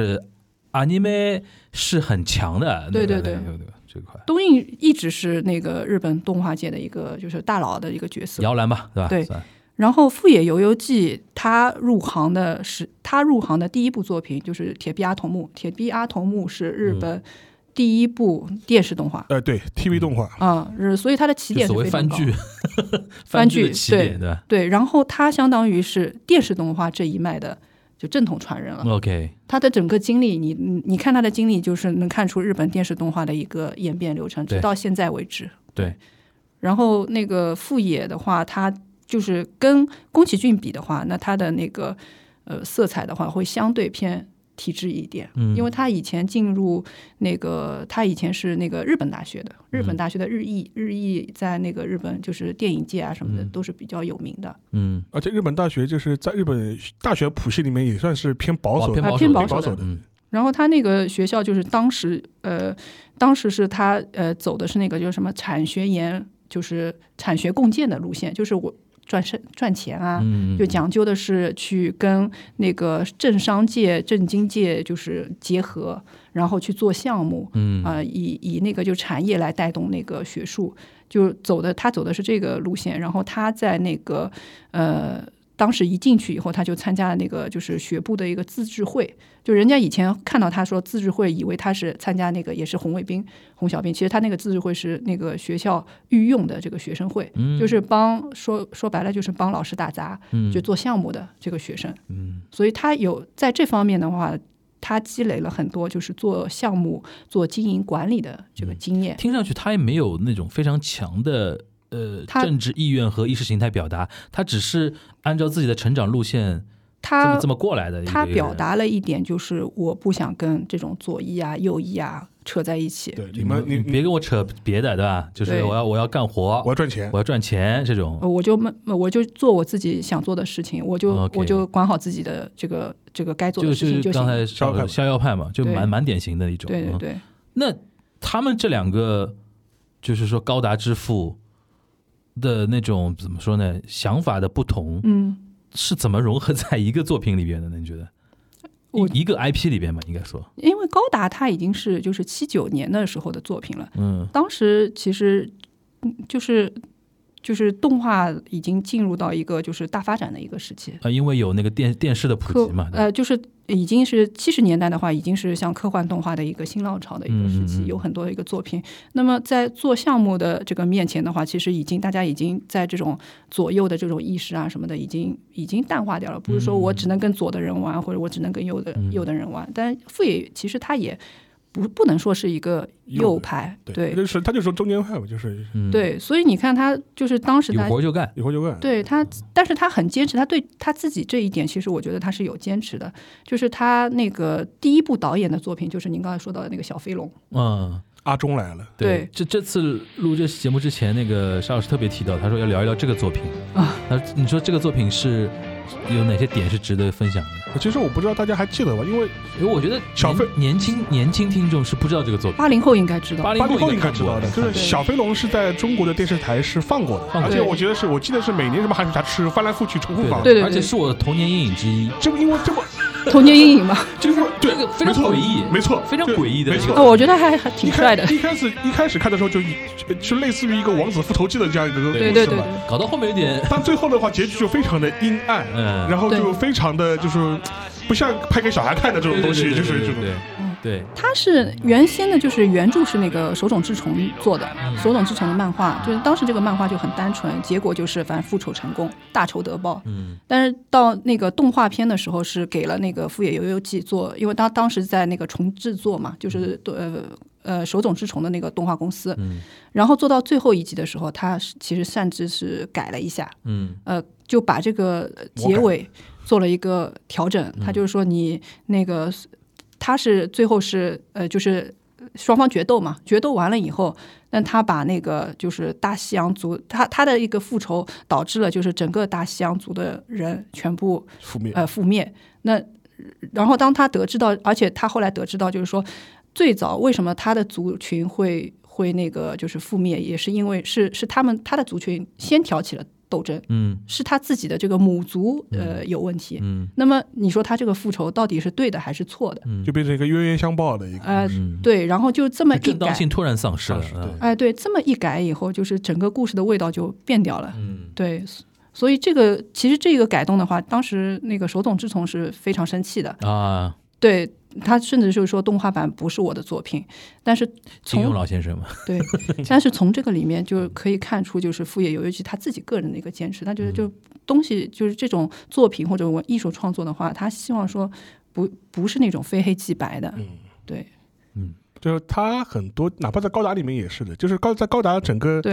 anime 是很强的。 对， 这块东映一直是那个日本动画界的一个就是大佬的一个角色， 摇篮吧，对吧？ 对。然后富野由悠季他入行的第一部作品就是铁臂阿童木。铁臂阿童木是日本第一部电视动画， 对 TV 动画所以他的起点是非常高， 所谓番剧的起点， 对。然后他相当于是电视动画这一脉的就正统传人了。 OK， 他的整个经历，你看他的经历，就是能看出日本电视动画的一个演变流程，直到现在为止。 对。 然后那个富野的话，他就是跟宫崎骏比的话，那他的那个色彩的话会相对偏体制一点，因为他以前他以前是那个日本大学的日艺在那个日本就是电影界啊什么的都是比较有名的。 而且日本大学就是在日本大学谱系里面也算是偏保守的。 然后他那个学校就是当时是他走的是那个就是什么产学研，就是产学共建的路线，就是我赚钱啊，就讲究的是去跟那个政商界、政经界就是结合，然后去做项目，以那个就产业来带动那个学术，就他走的是这个路线。然后他在那个当时一进去以后，他就参加了那个就是学部的一个自治会，就人家以前看到他说自治会，以为他是参加那个也是红卫兵、红小兵，其实他那个自治会是那个学校御用的这个学生会，就是说白了就是帮老师打杂，就做项目的这个学生，所以他有在这方面的话，他积累了很多就是做项目、做经营管理的这个经验。 听上去他也没有那种非常强的政治意愿和意识形态表达，他只是按照自己的成长路线这么过来的。 他表达了一点，就是我不想跟这种左翼啊、右翼啊扯在一起。 对， 你别跟我扯别的，对吧？就是我要干活， 我要赚钱这种。 我就做我自己想做的事情，我就管好自己的这个该做的事情就行。 就是刚才说的逍遥派嘛，就蛮典型的一种。 对对对。 那他们这两个，就是说高达之父的那种怎么说呢？想法的不同，是怎么融合在一个作品里边的呢？你觉得？一个 IP 里边吧，应该说， 因为高达它已经是就是79年的时候的作品了，当时其实就是动画已经进入到一个就是大发展的一个时期因为有那个电视的普及嘛， 就是已经是70年代的话，已经是像科幻动画的一个新浪潮的一个时期，有很多的一个作品。那么在做项目的这个面前的话，其实大家已经在这种左右的这种意识啊什么的，已经淡化掉了。不是说我只能跟左的人玩，或者我只能跟右的人玩。但富野其实他也不能说是一个右派，对， 他就说中间派嘛，就是对，所以你看他就是当时他有活就干， 对他，但是他很坚持，他对他自己这一点，其实我觉得他是有坚持的，就是他那个第一部导演的作品，就是您刚才说到的那个小飞龙， 阿忠来了， 对， 这次录这节目之前，那个沙老师特别提到，他说要聊一聊这个作品啊，你说这个作品是有哪些点是值得分享的？ 其实我不知道大家还记得吧，因为我觉得小飞年轻听众是不知道这个作品 ，80后应该知道 ，80后应该知道的，就是小飞龙是在中国的电视台是放过的，而且我记得是每年什么寒暑假吃翻来覆去重复放， 对， 而且是我的童年阴影之一， 因为这么童年阴影嘛， 就是这个非常诡异， 没错， 非常诡异的， 没错。 我觉得还挺帅的。 一开始看的时候就类似于一个王子复仇记的这样一个故事嘛， 搞到后面有点， 但最后的话结局就非常的阴暗，然后就非常的就是不像拍给小孩看的这种东西，就是这种。 对， 他是原先的，就是原著是那个手冢治虫做的，手冢治虫的漫画，就是当时这个漫画就很单纯，结果就是反正复仇成功，大仇得报。但是到那个动画片的时候，是给了那个富野由悠季做，因为当时在那个重制作嘛，就是手冢治虫的那个动画公司，然后做到最后一集的时候，他其实擅自是改了一下，就把这个结尾做了一个调整，他就是说你那个。他是最后是就是双方决斗嘛，决斗完了以后，但他把那个就是大西洋族，他的一个复仇导致了就是整个大西洋族的人全部覆灭。那然后当他得知到，而且他后来得知到，就是说最早为什么他的族群会那个就是覆灭，也是因为是他的族群先挑起了斗争，是他自己的这个母族有问题，那么你说他这个复仇到底是对的还是错的？ 就变成一个冤冤相报的一个对，然后就这么一改， 正当性突然丧失了， 对，这么一改以后，就是整个故事的味道就变掉了，对，所以其实这个改动的话，当时那个手冢治虫是非常生气的啊，对。他甚至就是说动画版不是我的作品，但是金庸老先生嘛， 对，但是从这个里面就可以看出，就是富野由悠季他自己个人的一个坚持，他觉得就东西就是这种作品或者艺术创作的话，他希望说不是那种非黑即白的， 对，就是他很多哪怕在高达里面也是的，就是在高达整个对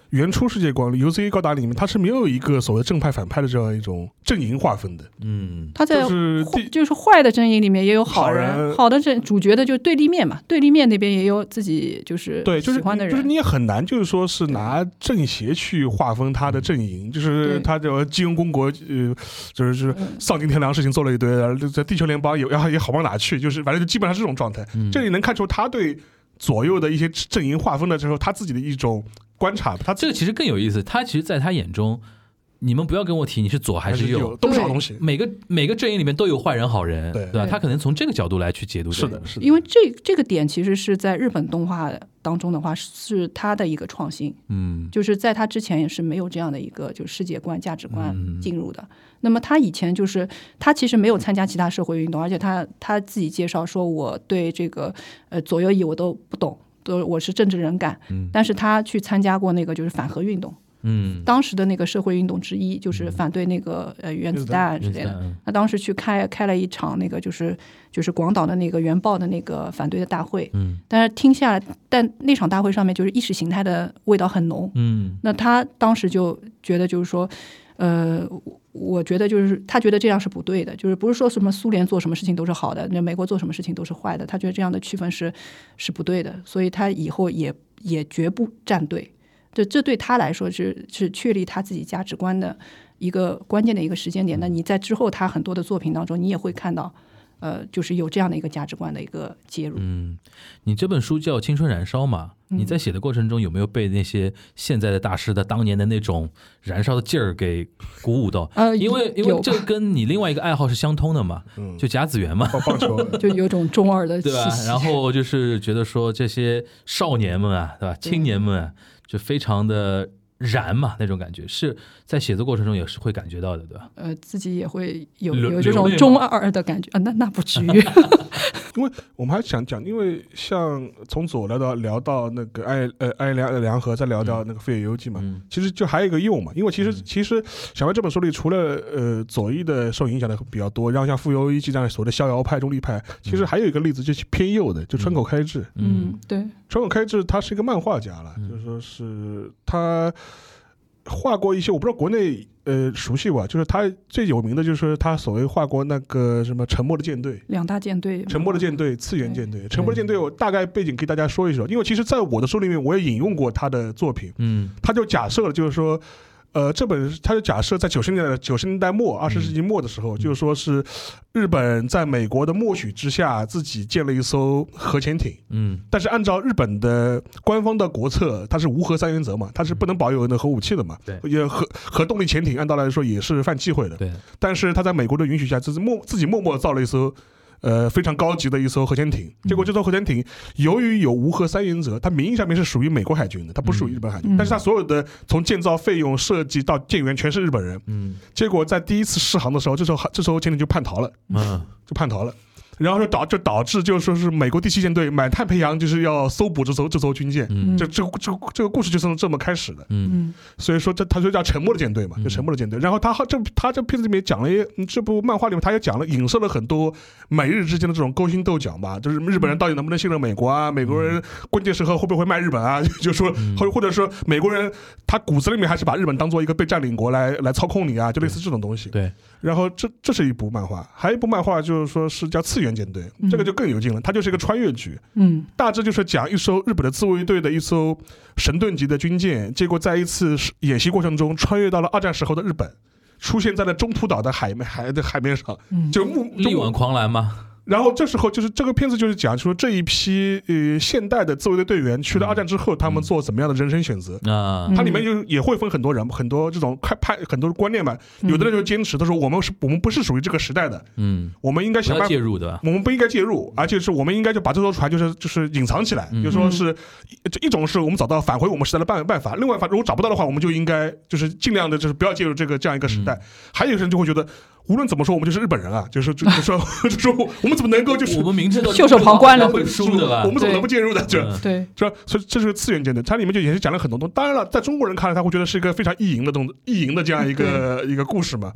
原初世界观里 UZA 高达里面，它是没有一个所谓正派反派的这样一种阵营划分的。 它在就是坏的阵营里面也有好人，好的主角的就对立面嘛，对立面那边也有自己就是喜欢的人， 就是你也很难就是说是拿正邪去划分他的阵营，就是他这金庸公国就是丧尽天良事情做了一堆，在地球联邦也好不到哪去，就是反正就基本上是这种状态。这里能看出他对左右的一些阵营划分的时候，他自己的一种观察。他这个其实更有意思，他其实在他眼中，你们不要跟我提你是左还是右， 都是好东西。 每个阵营里面都有坏人好人，对吧？他可能从这个角度来去解读这个。 是的， 因为这个点其实是在日本动画当中的话，是他的一个创新。就是在他之前也是没有这样的一个就世界观价值观进入的。那么他以前就是他其实没有参加其他社会运动，而且他自己介绍说，我对这个左右翼我都不懂，我是政治人感。但是他去参加过那个就是反核运动。当时的那个社会运动之一就是反对那个原子弹之类的。他当时去开了一场那个就是广岛的那个原爆的那个反对的大会。但是听下来，但那场大会上面就是意识形态的味道很浓。那他当时就觉得就是说我觉得就是他觉得这样是不对的，就是不是说什么苏联做什么事情都是好的，那美国做什么事情都是坏的，他觉得这样的区分是不对的，所以他以后也绝不站队。这对他来说是确立他自己价值观的一个关键的一个时间点。那你在之后他很多的作品当中，你也会看到就是有这样的一个价值观的一个介入。 你这本书叫《青春燃烧》嘛，你在写的过程中有没有被那些现在的大师的当年的那种燃烧的劲儿给鼓舞到？因为这跟你另外一个爱好是相通的嘛，就甲子园嘛， 棒球就有种中二的气息， 对吧？然后就是觉得说这些少年们啊，对吧？青年们啊，就非常的燃嘛，那种感觉是在写作过程中也是会感觉到的，对吧？ 自己也会有这种中二的感觉啊，那不至于。 因为我们还想讲，因为像从左聊到那个爱良和，再聊到那个飞野游记嘛，其实就还有一个右嘛。因为其实小白这本书里，除了左翼的受影响的比较多，然后像富游一记这样所谓的逍遥派、中立派，其实还有一个例子就是偏右的，就川口开志。 对， 川口开志他是一个漫画家了，就是说是他画过一些，我不知道国内熟悉吧，就是他最有名的就是他所谓画过那个什么沉默的舰队， 两大舰队， 沉默的舰队、次元舰队。沉默的舰队我大概背景给大家说一说，因为其实在我的书里面我也引用过他的作品。他就假设了就是说这本他就假设在90年代末20世纪末的时候，就是说是日本在美国的默许之下自己建了一艘核潜艇。但是按照日本的官方的国策，它是无核三原则嘛，它是不能保有核武器的嘛。对，核动力潜艇按道理来说也是犯忌讳的。 对， 但是他在美国的允许下，自己默默造了一艘非常高级的一艘核潜艇。结果这艘核潜艇由于有无核三原则，它名义上面是属于美国海军的，它不属于日本海军。但是它所有的从建造费用、设计到舰员全是日本人。结果在第一次试航的时候，这艘潜艇就叛逃了。然后就导致就是说是美国第7舰队满太平洋就是要搜捕这艘军舰。这个故事就是这么开始的。所以说他就叫沉默的舰队嘛，就沉默的舰队。然后他这片子里面讲了这部漫画里面他也讲了，影射了很多美日之间的这种勾心斗角嘛，就是日本人到底能不能信任美国啊，美国人关键时候会不会卖日本啊，就说或者说美国人他骨子里面还是把日本当做一个被占领国来操控你啊，就类似这种东西。 对。 然后这是一部漫画，还有一部漫画就是说是叫次元舰队，这个就更有劲了，它就是一个穿越剧。大致就是讲一艘日本的自卫队的一艘神盾级的军舰，结果在一次演习过程中穿越到了2战时候的日本，出现在了中途岛的海面上，就力挽狂澜吗？ 然后这时候就是这个片子就是讲说这一批现代的自卫队队员去了2战之后，他们做怎么样的人生选择啊？它里面就也会分很多人，很多这种派很多观念嘛。有的人就坚持，他说我们不是属于这个时代的，我们应该想办法介入的， 我们不应该介入，而且是我们应该就把这艘船就是隐藏起来，就说是一种是我们找到返回我们时代的办法，另外如果找不到的话，我们就应该就是尽量的就是不要介入这样一个时代。还有人就会觉得，无论怎么说，我们就是日本人啊，就是说我们怎么能够就是我们明知道袖手旁观了本书的吧？ 我们怎么能不介入的？ 对， 所以这是次元舰队，它里面就也是讲了很多东西。当然了，在中国人看来，他会觉得是一个非常意淫的这样一个故事嘛。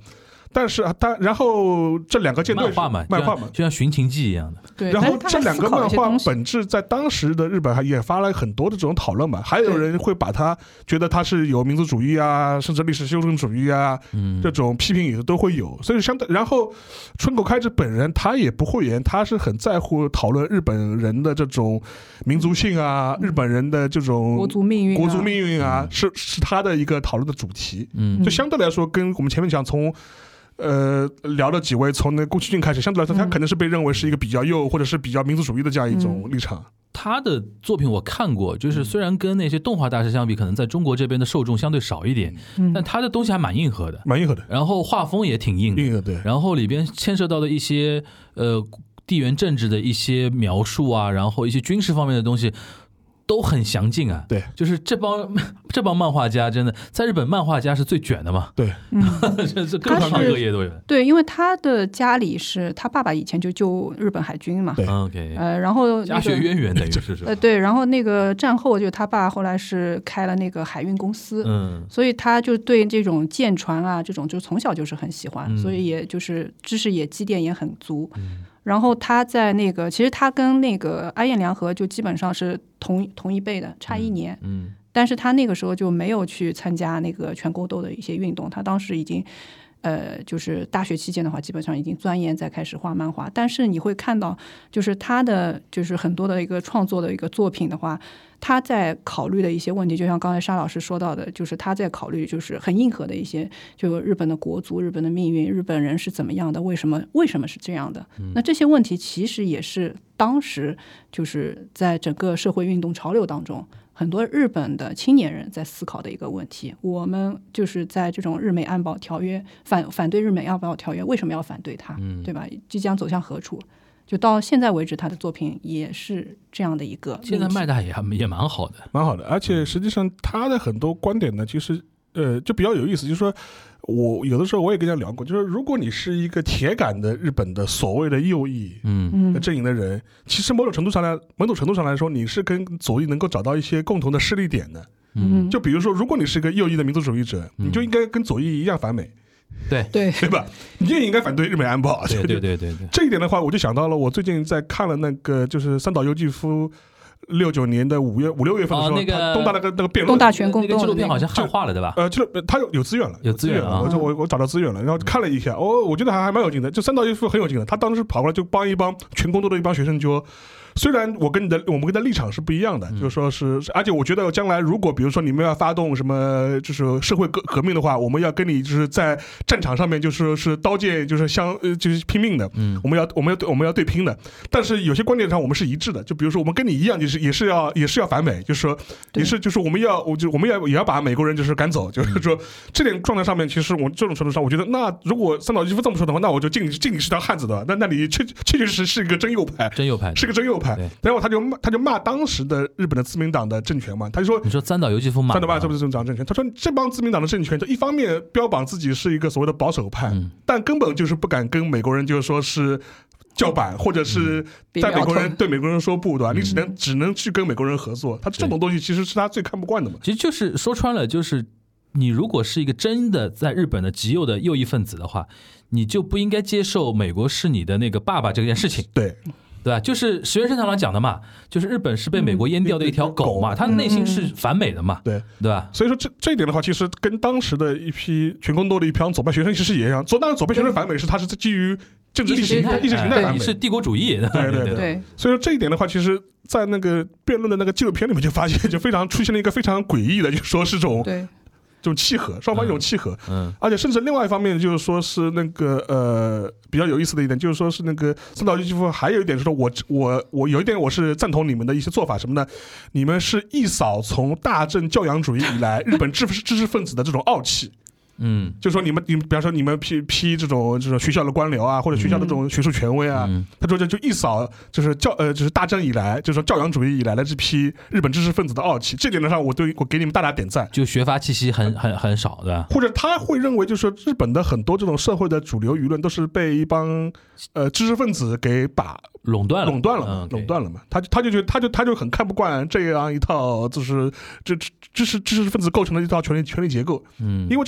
但是然后这两个舰队漫画嘛，就像《寻秦记》一样的。 对， 然后这两个漫画本质在当时的日本也发了很多的这种讨论嘛，还有人会把它觉得它是有民族主义啊，甚至历史修正主义啊，这种批评也都会有。所以然后村口开志本人他也不讳言，他是很在乎讨论日本人的这种民族性啊，日本人的这种国族命运啊，是他的一个讨论的主题。就相对来说跟我们前面讲从聊了几位从那宫崎骏开始，相对来说他可能是被认为是一个比较右或者是比较民族主义的这样一种立场。 他的作品我看过，就是虽然跟那些动画大师相比可能在中国这边的受众相对少一点，但他的东西还蛮硬核的，然后画风也挺硬的， 对， 然后里边牵涉到的一些地缘政治的一些描述啊，然后一些军事方面的东西都很详尽啊。 对， 就是这帮漫画家真的在日本，漫画家是最卷的嘛。 对， 这各行各业都有。 对，因为他的家里是他爸爸以前就救日本海军嘛。 对 ，OK。 然后家学渊源等于是。 对，然后那个战后就他爸后来是开了那个海运公司，所以他就对这种舰船啊这种就从小就是很喜欢，所以也就是知识也积淀也很足。然后他在那个，其实他跟那个安彦良和就基本上是同一辈的，差1年。但是他那个时候就没有去参加那个全沟斗的一些运动，他当时已经就是大学期间的话，基本上已经钻研在开始画漫画。但是你会看到，就是他的就是很多的一个创作的一个作品的话，他在考虑的一些问题，就像刚才沙老师说到的，就是他在考虑就是很硬核的一些，就日本的国族、日本的命运、日本人是怎么样的，为什么是这样的？那这些问题其实也是当时就是在整个社会运动潮流当中，很多日本的青年人在思考的一个问题。我们就是在这种日美安保条约反对日美安保条约，为什么要反对它？对吧？即将走向何处？就到现在为止，他的作品也是这样的一个， 现在卖的也蛮好的， 而且实际上他的很多观点呢，其实就比较有意思，就是说我有的时候我也跟大家聊过，就是如果你是一个铁杆的日本的所谓的右翼阵营的人，其实某种程度上来说，你是跟左翼能够找到一些共同的势力点的。就比如说，如果你是个右翼的民族主义者，你就应该跟左翼一样反美。 对吧？你也应该反对日美安保。 对。 这一点的话，我就想到了，我最近在看了那个，就是三岛由纪夫69年的5、6月份的时候， 那个东大那个辩论， 东大全共斗那个纪录片好像汉化了，对吧？ 就是他有资源了，我找到资源了，然后看了一下，我觉得还蛮有劲的。就三岛由纪夫很有劲的，他当时跑过来就帮一帮全共斗的一帮学生说。虽然我们跟的立场是不一样的，就是说是，而且我觉得将来如果比如说你们要发动什么就是社会革命的话，我们要跟你就是在战场上面就是刀剑就是就是拼命的，我们要对拼的。但是有些观点上我们是一致的，就比如说我们跟你一样，就是也是要反美，就是说也是就是我们也要把美国人就是赶走，就是说这点状态上面，其实我这种程度上，我觉得那如果三岛由纪夫这么说的话，那我就敬你是条汉子的，那你确实是一个真右派，是个真右派。然后他就骂当时的日本的自民党的政权嘛，他就说， 你说三岛由纪夫骂这不是自民党政权，他说这帮自民党的政权，就一方面标榜自己是一个所谓的保守派，但根本就是不敢跟美国人就是说是叫板，或者是在对美国人说不，对吧？你只能去跟美国人合作，他这种东西其实是他最看不惯的嘛。 其实就是说穿了，就是你如果是一个真的在日本的极右的右翼分子的话，你就不应该接受美国是你的那个爸爸这件事情。对吧？就是石原慎太郎讲的嘛，就是日本是被美国阉掉的一条狗嘛，他内心是反美的嘛，对吧？ 所以说这一点的话，其实跟当时的一批全共斗的一批左派学生其实也一样。当然，左派学生反美他是基于政治意识形态反美， 是帝国主义。 对。所以说这一点的话，其实，在那个辩论的那个纪录片里面就发现，就出现了一个非常诡异的，就说是这种契合，双方一种契合，而且甚至另外一方面就是说是那个比较有意思的一点，就是说是那个三岛由纪夫还有一点是说我有一点我是赞同你们的一些做法什么呢？你们是一扫从大正教养主义以来日本知识分子的这种傲气。就说你们比方说你们批这种学校的官僚啊，或者学校的这种学术权威啊，他说就一扫就是就是大正以来就是说教养主义以来的这批日本知识分子的傲气，这点上我给你们大点赞。 就学阀气息很少的， 或者他会认为就是说日本的很多这种社会的主流舆论都是被一帮知识分子给垄断了嘛，他就觉得他就很看不惯这样一套就是知识分子构成的一套权力结构，因为这套权力结构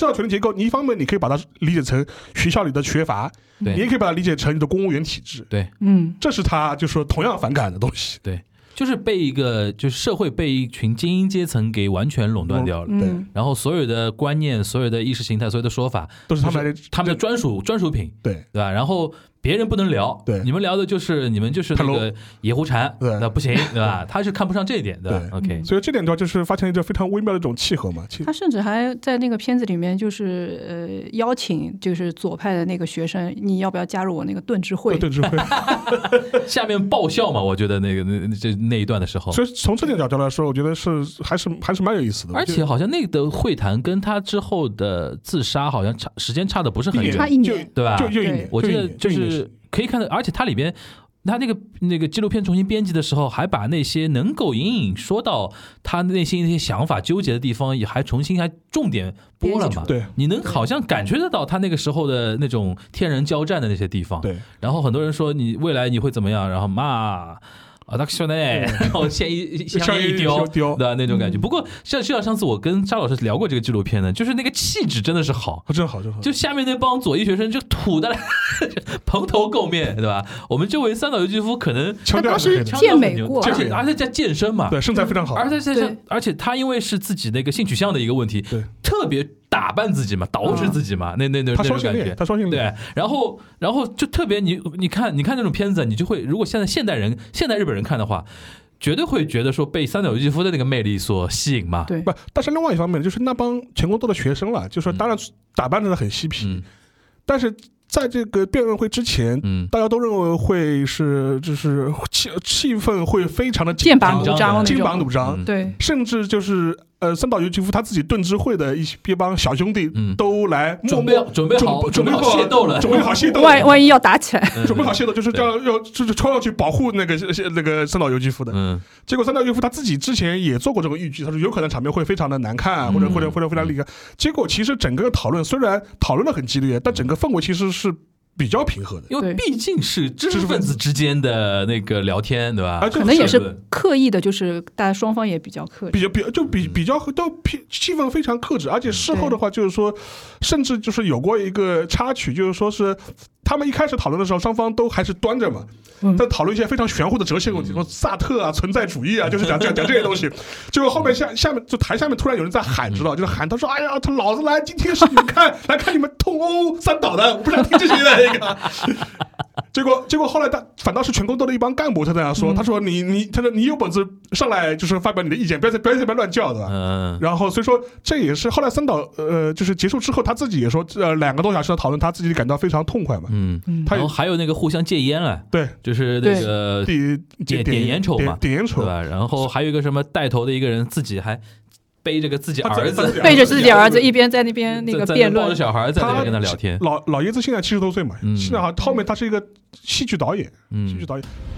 你一方面你可以把它理解成学校里的学阀，你也可以把它理解成你的公务员体制。 对， 这是他就说同样反感的东西。 对。就是被就是社会被一群精英阶层给完全垄断掉了， 对。 然后所有的观念、所有的意识形态、所有的说法都是他们的专属品， 对吧？然后别人不能聊， 对， 你们聊的就是你们就是那个野狐禅，那不行，对吧？他是看不上这一点的 ，OK。 所以这点的话，就是发现一个非常微妙的一种契合嘛。 他甚至还在那个片子里面，就是邀请就是左派的那个学生，你要不要加入我那个盾智会？ 盾智会， 下面爆笑嘛，我觉得那一段的时候。 所以从这点角度来说，我觉得还是蛮有意思的。 而且好像那个会谈跟他之后的自杀好像时间差的不是很远， 差1年， 对吧？ 就1年， 我记得就是可以看到，而且它里边他那个纪录片重新编辑的时候，还把那些能够隐隐说到他内心那些想法纠结的地方，也还重新重点播了嘛。 对， 你能好像感觉得到他那个时候的那种天人交战的那些地方。 对， 然后很多人说你未来你会怎么样，然后骂。他说呢，然后香烟一丢的那种感觉。不过像上次我跟沙老师聊过这个纪录片呢，就是那个气质真的是好， 真好。 就下面那帮左翼学生就土的蓬头垢面，对吧？我们这位三岛由纪夫可能他当时健美过， 而且在健身嘛， 对，身材非常好。 而且他因为是自己那个性取向的一个问题， 对， 特别打扮自己嘛，捯饬自己嘛，那种感觉， 他双性恋， 对。然后就特别你看那种片子，你就会如果现在日本人看的话，绝对会觉得说被三岛由纪夫的那个魅力所吸引嘛。 对， 不，但是另外一方面就是那帮全国多的学生了，就说当然打扮的很嬉皮，但是在这个辩论会之前，大家都认为会是就是气氛会非常的剑拔弩张， 对， 甚至就是三岛由纪夫他自己盾智会的一帮小兄弟都来准备好械斗了， 万一要打起来， 准备好械斗，就是就是冲上去保护那个三岛由纪夫的。结果三岛由纪夫他自己之前也做过这个预计，他说有可能场面会非常的难看，或者非常厉害。结果其实整个讨论虽然讨论的很激烈，但整个氛围其实是比较平和的， 因为毕竟是知识分子之间的那个聊天，对吧？ 可能也是刻意的，就是大家双方也比较克制， 比较都气氛非常克制，而且事后的话就是说，甚至就是有过一个插曲，就是说是他们一开始讨论的时候，双方都还是端着嘛，在讨论一些非常玄乎的哲学问题，说萨特啊、存在主义啊，就是讲这些东西。结果后面下面就台下面突然有人在喊，知道就是喊，他说：“哎呀，他老子来，今天是你们来看你们痛殴三岛的，我不想听这些的。”结果后来他反倒是全工多的一帮干部他这样说，他说你有本事上来就是发表你的意见，不要在这边乱叫的。然后所以说这也是后来三岛就是结束之后他自己也说2个多小时的讨论，他自己感到非常痛快嘛。 然后还有那个互相戒烟了， 对， 就是那个点烟抽嘛， 点烟抽对吧？然后还有一个什么带头的一个人自己还背着自己儿子一边在那边那个辩论， 抱着小孩在那边跟他聊天。 老爷子现在70多岁嘛，现在后面他是一个戏剧导演。三島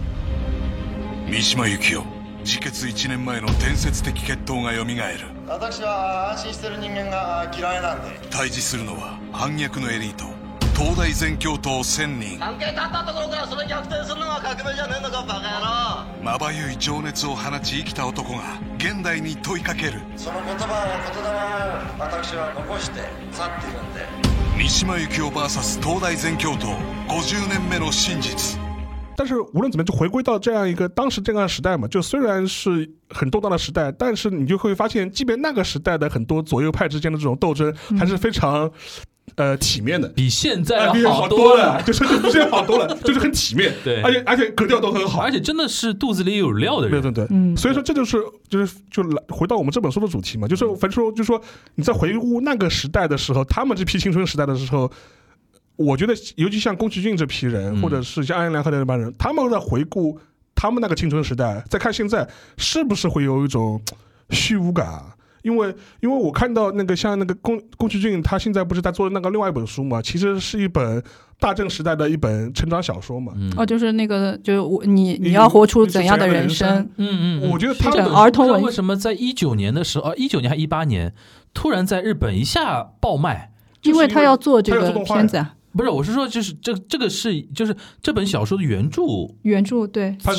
由紀夫自決1年前の伝説的決闘が蘇る。私は安心してる人間が嫌いなんで。対峙するのは反逆のエリート。東大全教頭1000人。関係立ったところからそれ逆転するのが革命じゃねえのかバカ野郎。まばゆい情熱を放ち生きた男が現代に問いかける。その言葉を言霊を私は残して去っているんで。三島由紀夫 VS 東大全教頭50年目の真実。但是无论怎么样，就回归到这样一个当时这样的时代嘛，就虽然是很动荡的时代，但是你就会发现，即便那个时代的很多左右派之间的这种斗争，还是非常体面的， 比现在好多了，就是比现在好多了，就是很体面， 对， 而且格调都很好， 而且真的是肚子里有料的人， 对，所以说这就是回到我们这本书的主题嘛，就是反正说就是说你在回顾那个时代的时候，他们这批青春时代的时候。我觉得，尤其像宫崎骏这批人，或者是像安彦良和那帮人，他们在回顾他们那个青春时代，再看现在，是不是会有一种虚无感？因为我看到那个像那个宫崎骏，他现在不是在做那个另外一本书嘛，其实是一本大正时代的一本成长小说嘛。 就是那个，就是你要活出怎样的人生？ 我觉得他们儿童文为什么在19年的时候，19年还18年，突然在日本一下爆卖？ 因为他要做这个片子啊。 不是，我是说，就是这个是就是这本小说的原著， 对，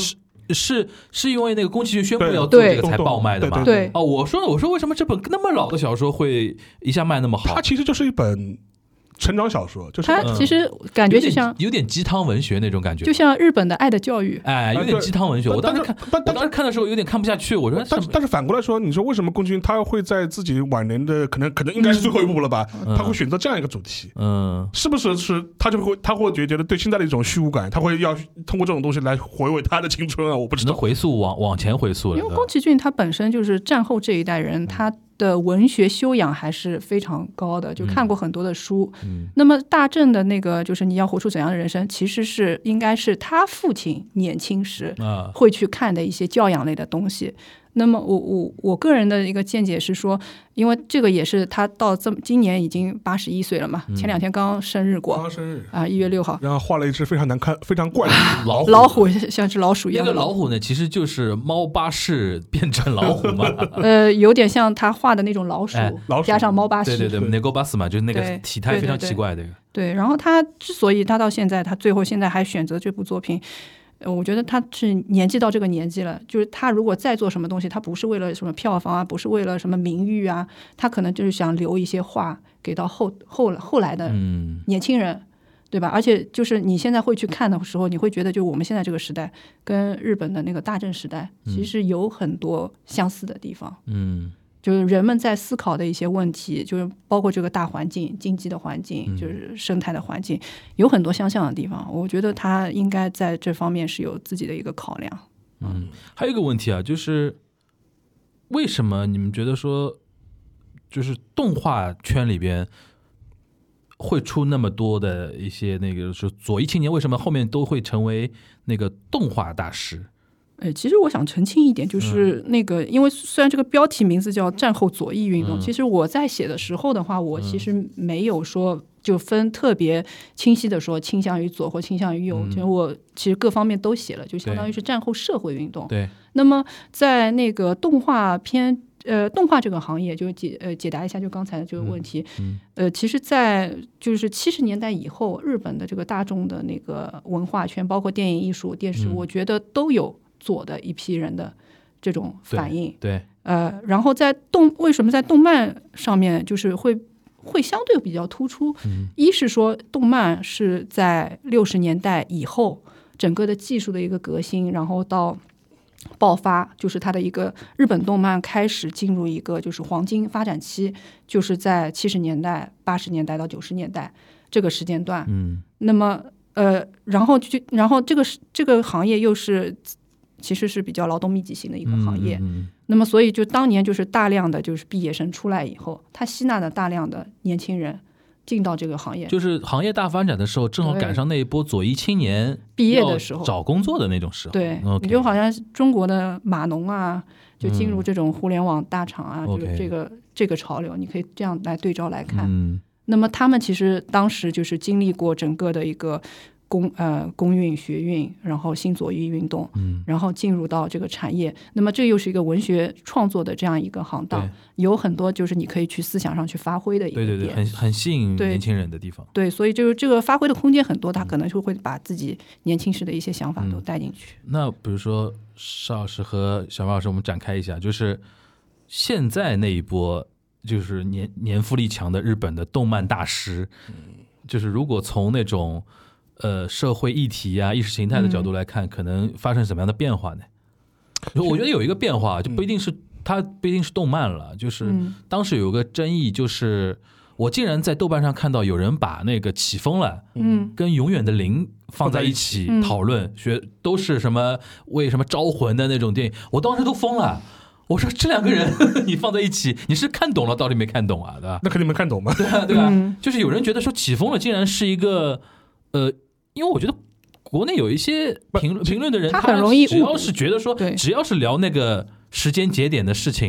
是因为那个宫崎骏宣布要做这个才爆卖的吗？ 对。 哦，我说为什么这本那么老的小说会一下卖那么好？ 它其实就是一本成长小说，就是它其实感觉就像有点鸡汤文学那种感觉， 就像日本的《爱的教育》， 有点鸡汤文学。我当时看的时候有点看不下去，我说但是反过来说，你说为什么宫崎骏他会在自己晚年的可能应该是最后一部了吧，他会选择这样一个主题？是不是他会觉得对现在的一种虚无感，他会要通过这种东西来回味他的青春啊？我不知道， 回溯往前回溯了。 因为宫崎骏他本身就是战后这一代人，他的文学修养还是非常高的，就看过很多的书。那么大正的那个就是你要活出怎样的人生，其实应该是他父亲年轻时会去看的一些教养类的东西。那么我个人的一个见解是说，因为这个也是他到今年已经81岁了嘛，前2天刚生日过， 刚生日啊，1月6号， 然后画了一只非常难看、非常怪的老虎，像只老鼠一样。 那个老虎呢，其实就是猫巴士变成老虎嘛， 有点像他画的那种老鼠加上猫巴士， 对，那个巴士嘛，就是那个体态非常奇怪的。 对，然后他之所以他到现在，他最后现在还选择这部作品。我觉得他是年纪到这个年纪了，就是他如果再做什么东西，他不是为了什么票房啊，不是为了什么名誉啊，他可能就是想留一些话给到后来的年轻人，对吧？而且就是你现在会去看的时候，你会觉得就我们现在这个时代跟日本的那个大正时代其实有很多相似的地方。就是人们在思考的一些问题，就是包括这个大环境、经济的环境，就是生态的环境，有很多相像的地方。我觉得他应该在这方面是有自己的一个考量。 还有一个问题啊，就是为什么你们觉得说，就是动画圈里边会出那么多的一些那个说左翼青年，为什么后面都会成为那个动画大师？ 其实我想澄清一点，就是那个，因为虽然这个标题名字叫战后左翼运动，其实我在写的时候的话，我其实没有说就分特别清晰的说倾向于左或倾向于右，就是我其实各方面都写了，就相当于是战后社会运动。 对。 那么在那个动画这个行业，就解答一下就刚才的这个问题。其实在就是70年代以后，日本的这个大众的那个文化圈，包括电影艺术、电视，我觉得都有左的一批人的这种反应。 对。 然后为什么在动漫上面就是会相对比较突出？一是说动漫是在60年代以后整个的技术的一个革新，然后到爆发，就是它的一个日本动漫开始进入一个就是黄金发展期，就是在70年代、80年代到90年代这个时间段。那么然后这个行业又是其实是比较劳动密集型的一个行业。那么所以就当年就是大量的就是毕业生出来以后，他吸纳了大量的年轻人进到这个行业， 就是行业大发展的时候，正好赶上那一波左翼青年毕业的时候， 找工作的那种时候。 对，你就好像中国的码农啊，就进入这种互联网大厂啊，就是这个潮流，你可以这样来对照来看。那么他们其实当时就是经历过整个的一个工运学运，然后新左翼运动，然后进入到这个产业。那么这又是一个文学创作的这样一个行当，有很多就是你可以去思想上去发挥的一个点， 对，很吸引年轻人的地方。 对，所以就是这个发挥的空间很多，他可能就会把自己年轻时的一些想法都带进去。 那比如说邵老师和小马老师，我们展开一下，就是现在那一波就是年富力强的日本的动漫大师，就是如果从那种社会议题啊、意识形态的角度来看，可能发生什么样的变化呢？我觉得有一个变化，就不一定是动漫了，就是当时有个争议，就是我竟然在豆瓣上看到有人把那个起风了，跟永远的零放在一起讨论，都是什么为什么招魂的那种电影，我当时都疯了。我说这两个人你放在一起，你是看懂了到底没看懂啊？对吧？ 那肯定没看懂嘛。 对吧？就是有人觉得说起风了竟然是一个因为我觉得国内有一些评论的人， 他很容易只要是觉得说，只要是聊那个时间节点的事情，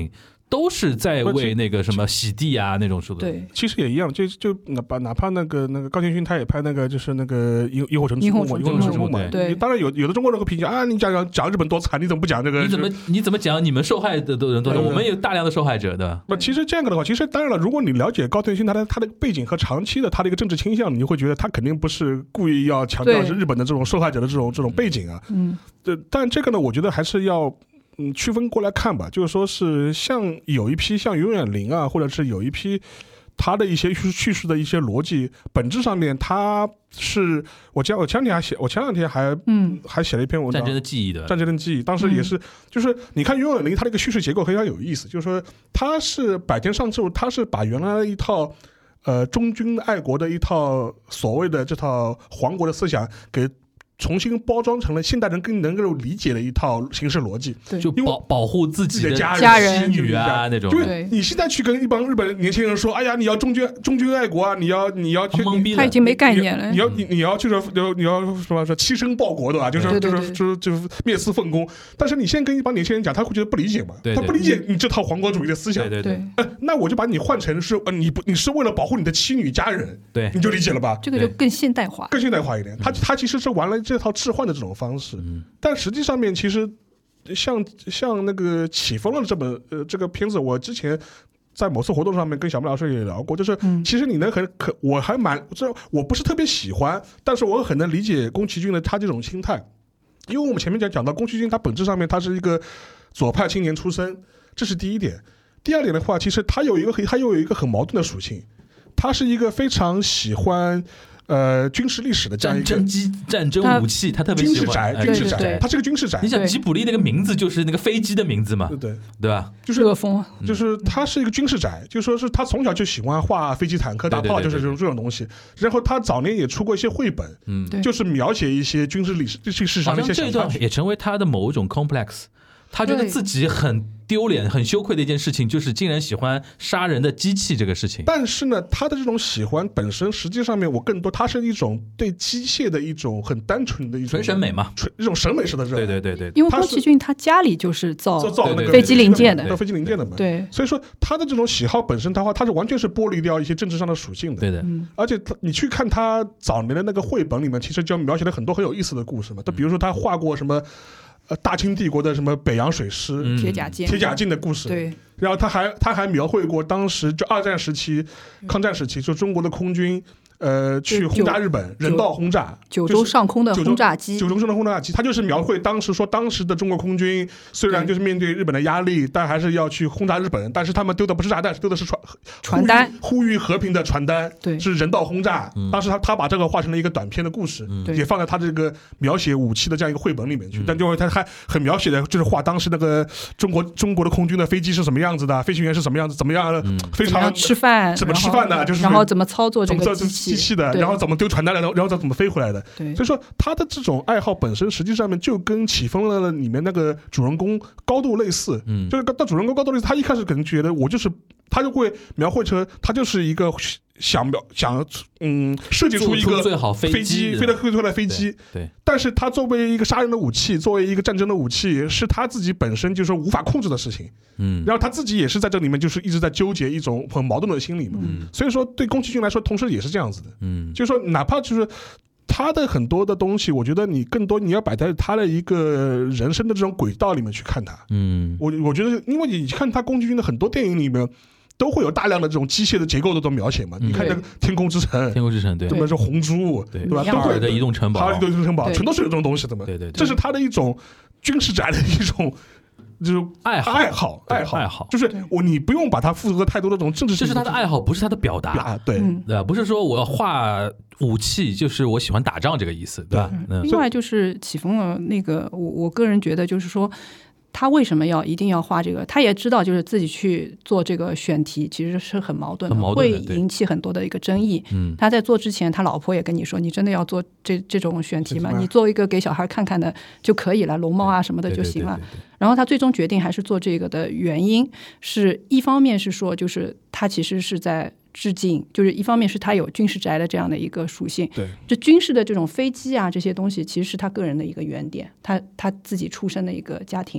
都是在为那个什么洗地啊那种说的。 对， 其实也一样，就哪怕那个高建勋他也拍那个就是那个萤火虫之墓嘛。 对， 当然有的中国人会评价啊，你讲日本多惨，你怎么不讲这个？ 你怎么讲你们受害的人多少？我们有大量的受害者的。 那其实这样的话，其实当然了，如果你了解高建勋他的背景和长期的他的一个政治倾向，你就会觉得他肯定不是故意要强调是日本的这种受害者的这种背景啊。但这个呢，我觉得还是要区分过来看吧。就是说是像有一批像袁远林啊，或者是有一批他的一些叙事的一些逻辑，本质上面他是我前两天还写了一篇文章， 战争的记忆，当时也是就是你看袁远林他的一个叙事结构非常有意思，就是说他是百田尚助，他是把原来的一套忠君爱国的一套所谓的这套皇国的思想给重新包装成了现代人更能够理解的一套形式逻辑， 就保护自己的家人、 妻女啊那种。 对，你现在去跟一帮日本年轻人说，哎呀，你要忠君爱国啊，你要去， 他已经没概念了。 你要就是你要什么说牺牲报国对吧？就是灭私奉公。但是你现在跟一帮年轻人讲，他会觉得不理解嘛？他不理解你这套皇国主义的思想。 对。 那我就把你换成是你是为了保护你的妻女家人， 对， 你就理解了吧？ 这个就更现代化一点。他其实是玩了这套置换的这种方式，但实际上面其实像那个起风了这个片子，我之前在某次活动上面跟小木老师也聊过，就是其实你能我不是特别喜欢，但是我很能理解宫崎骏的他这种心态，因为我们前面讲到宫崎骏他本质上面他是一个左派青年出身，这是第一点。第二点的话，其实他又有一个很矛盾的属性，他是一个非常喜欢军事历史的这样一个战争武器，他特别喜欢军事宅，他是个军事宅。 你想吉卜力那个名字就是那个飞机的名字嘛，对吧？ 就是他是一个军事宅，就说是他从小就喜欢画飞机、坦克、大炮，就是这种东西。然后他早年也出过一些绘本，就是描写一些军事历史上的一些小插曲， 也成为他的某一种 complex。他觉得自己很丢脸、很羞愧的一件事情，就是竟然喜欢杀人的机器这个事情。 但是呢，他的这种喜欢本身，实际上面我更多，他是一种对机械的一种很单纯的一种纯审美嘛， 一种审美式的热爱。 对。 因为宫崎骏他家里就是造那个飞机零件的， 嘛。 对， 所以说他的这种喜好本身的话，他是完全是剥离掉一些政治上的属性的。 对的。 而且你去看他早年的那个绘本里面，其实就描写了很多很有意思的故事嘛。他比如说他画过什么。大清帝国的什么北洋水师、铁甲舰的故事， 对。 然后他还描绘过当时就二战时期、抗战时期，就中国的空军去轰炸日本，人道轰炸， 九州上空的轰炸机， 他就是描绘当时的中国空军虽然就是面对日本的压力，但还是要去轰炸日本，但是他们丢的不是炸弹，丢的是传单， 呼吁和平的传单， 对， 是人道轰炸。当时他把这个画成了一个短篇的故事，也放在他这个描写武器的这样一个绘本里面去。但就他还很描写的就是画当时那个中国的空军的飞机是什么样子的，飞行员是什么样子，怎么样非常吃饭， 怎么吃饭的，就是然后怎么操作这个机器的，然后怎么丢传单来的，然后怎么飞回来的。 对， 所以说他的这种爱好本身实际上面就跟起风了里面那个主人公高度类似。就是到主人公高度类似，他一开始可能觉得他就会描绘成他就是一个想设计出一个飞机飞得最快的飞机。 对， 但是他作为一个杀人的武器，作为一个战争的武器，是他自己本身就是无法控制的事情。然后他自己也是在这里面就是一直在纠结一种很矛盾的心理嘛。所以说对宫崎骏来说，同时也是这样子的。就是说哪怕就是他的很多的东西，我觉得你更多你要摆在他的一个人生的这种轨道里面去看他。我觉得，因为你看他宫崎骏的很多电影里面。都会有大量的这种机械的结构的这种描写嘛？你看这个《天空之城》，对，这么是红猪，对吧？ 哈尔的移动城堡， 全都是有这种东西的嘛？ 对， 这是他的一种军事宅的一种。就是爱好，就是你不用把它附和太多的这种政治性， 这是他的爱好，不是他的表达， 对， 不是说我要画武器，就是我喜欢打仗这个意思，对吧？ 另外就是起风了那个，我个人觉得就是说。他为什么一定要画这个？他也知道，就是自己去做这个选题，其实是很矛盾的，会引起很多的一个争议。他在做之前，他老婆也跟你说：“你真的要做这种选题吗？你做一个给小孩看看的就可以了，龙猫啊什么的就行了。”然后他最终决定还是做这个的原因，是一方面是说，就是他其实是在。致敬，就是一方面是他有军事宅的这样的一个属性， 对， 这军事的这种飞机啊这些东西，其实是他个人的一个原点，他自己出生的一个家庭，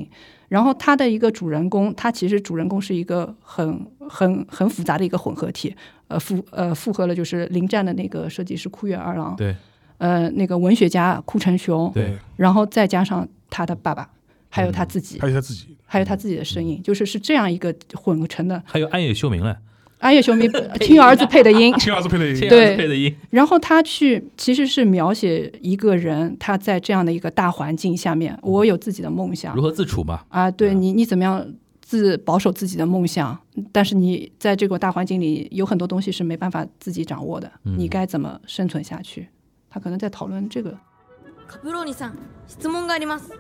然后他的一个主人公，他其实主人公是一个很复杂的一个混合体，复合了就是临战的那个设计师库月二郎， 对， 那个文学家库城雄， 对， 然后再加上他的爸爸，还有他自己， 还有他自己的身影，就是这样一个混成的。 还有安野秀明了。 安野秀明听儿子配的音， 对， 然后他其实是描写一个人，他在这样的一个大环境下面，我有自己的梦想， 如何自处嘛？ 啊，对你怎么样保守自己的梦想？但是你在这个大环境里，有很多东西是没办法自己掌握的，你该怎么生存下去？他可能在讨论这个。 カプローニさん、質問があります。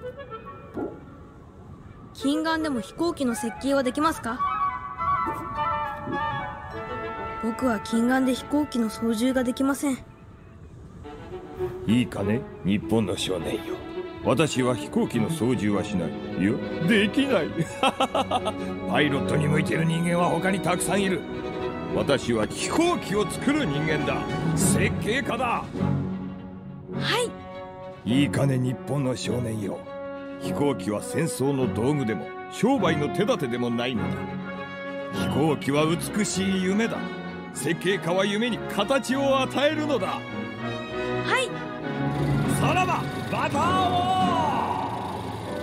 近眼でも飛行機の設計はできますか？僕は近眼で飛行機の操縦ができません。 いいかね、日本の少年よ。私は飛行機の操縦はしない。いや、できない。パイロットに向いている人間は他にたくさんいる。私は飛行機を作る人間だ。設計家だ。 はい。 いいかね、日本の少年よ。飛行機は戦争の道具でも商売の手立てでもないのだ。飛行機は美しい夢だ。設計家は夢に形を与えるのだ。 はい。 さらばバターを！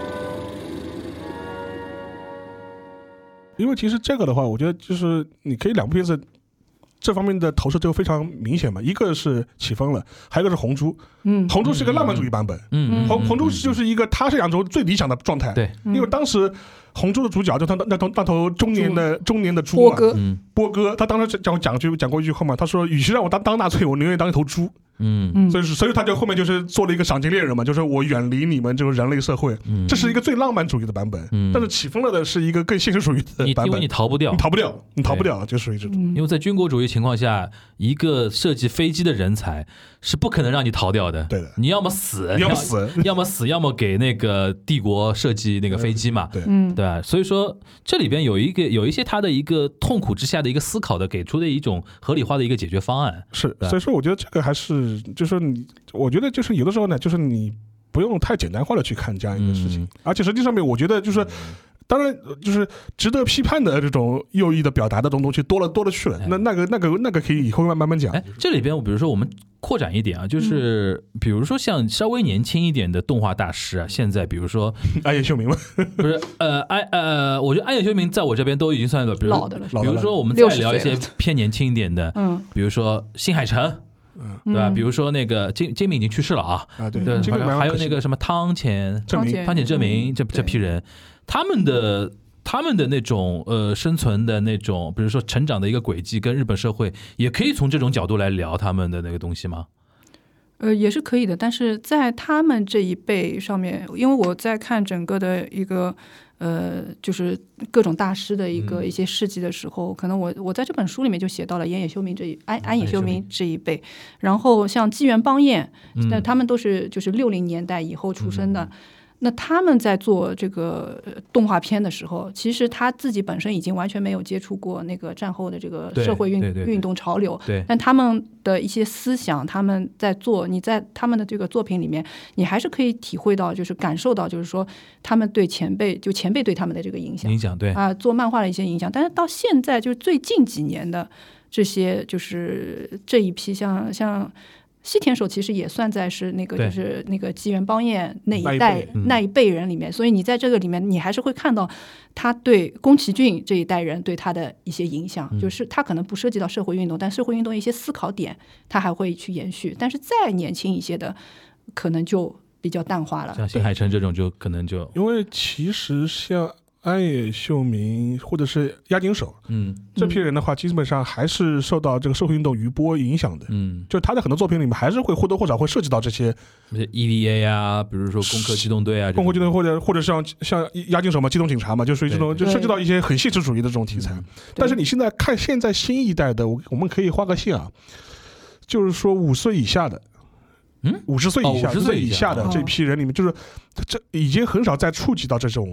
因为其实这个的话，我觉得就是你可以两部片子这方面的投射就非常明显嘛。一个是起风了，还有一个是红猪。红猪是一个浪漫主义版本。红猪就是一个他是两种最理想的状态。 对， 因为当时红猪的主角就他那头中年的猪嘛，波哥，他当时讲过一句话嘛，他说：“与其让我当纳粹，我宁愿当一头猪。”所以他就后面就是做了一个赏金猎人嘛，就是我远离你们这个人类社会。这是一个最浪漫主义的版本。但是起风了的是一个更现实主义的版本， 因为你逃不掉， 就属于这种。 因为在军国主义情况下，一个设计飞机的人才是不可能让你逃掉的。 对的， 你要么死，要么给那个帝国设计那个飞机嘛。对吧？所以说这里边有一些他的一个痛苦之下的一个思考的给出的一种合理化的一个解决方案。 是，所以说我觉得这个还是就是我觉得就是有的时候呢，就是你不用太简单化的去看这样一个事情，而且实际上面我觉得就是。当然，就是值得批判的这种右翼的表达的这种东西多了去了。那个可以以后慢慢讲。 这里边比如说我们扩展一点啊，就是比如说像稍微年轻一点的动画大师啊，现在比如说安野秀明吗？ 不是，我觉得安野秀明在我这边都已经算个老的了。 比如说我们再聊一些偏年轻一点的，比如说新海诚。对吧？比如说那个金敏已经去世了啊， 对， 还有那个什么汤浅证明这批人，他们的那种生存的那种，比如说成长的一个轨迹，跟日本社会也可以从这种角度来聊他们的那个东西吗？ 也是可以的，但是在他们这一辈上面，因为我在看整个的一个就是各种大师的一些事迹的时候，可能我在这本书里面就写到了安野秀明这一辈，然后像纪元邦彦，那他们都是就是60年代以后出生的。那他们在做这个动画片的时候，其实他自己本身已经完全没有接触过那个战后的这个社会运动潮流，但他们的一些思想，他们在做，你在他们的这个作品里面，你还是可以体会到，就是感受到，就是说他们对前辈对他们的这个影响，对啊，做漫画的一些影响。但是到现在，就是最近几年的这些，就是这一批像。西田守其实也算在是那个就是那个纪元邦彦那一辈人里面，所以你在这个里面你还是会看到他对宫崎骏这一代人对他的一些影响，就是他可能不涉及到社会运动，但社会运动的一些思考点他还会去延续，但是再年轻一些的可能就比较淡化了， 像新海诚这种就可能就因为其实像安野秀明或者是押井守，这批人的话，基本上还是受到这个社会运动余波影响的，就他的很多作品里面还是会或多或少会涉及到这些 EVA 啊，比如说攻壳机动队啊， 攻壳机动队或者像押井守嘛，机动警察嘛，就属于这种就涉及到一些很现实主义的这种题材。但是你现在看现在新一代的，我们可以画个线啊，就是说50岁以下的。50岁以下的这批人里面，就是这已经很少再触及到这种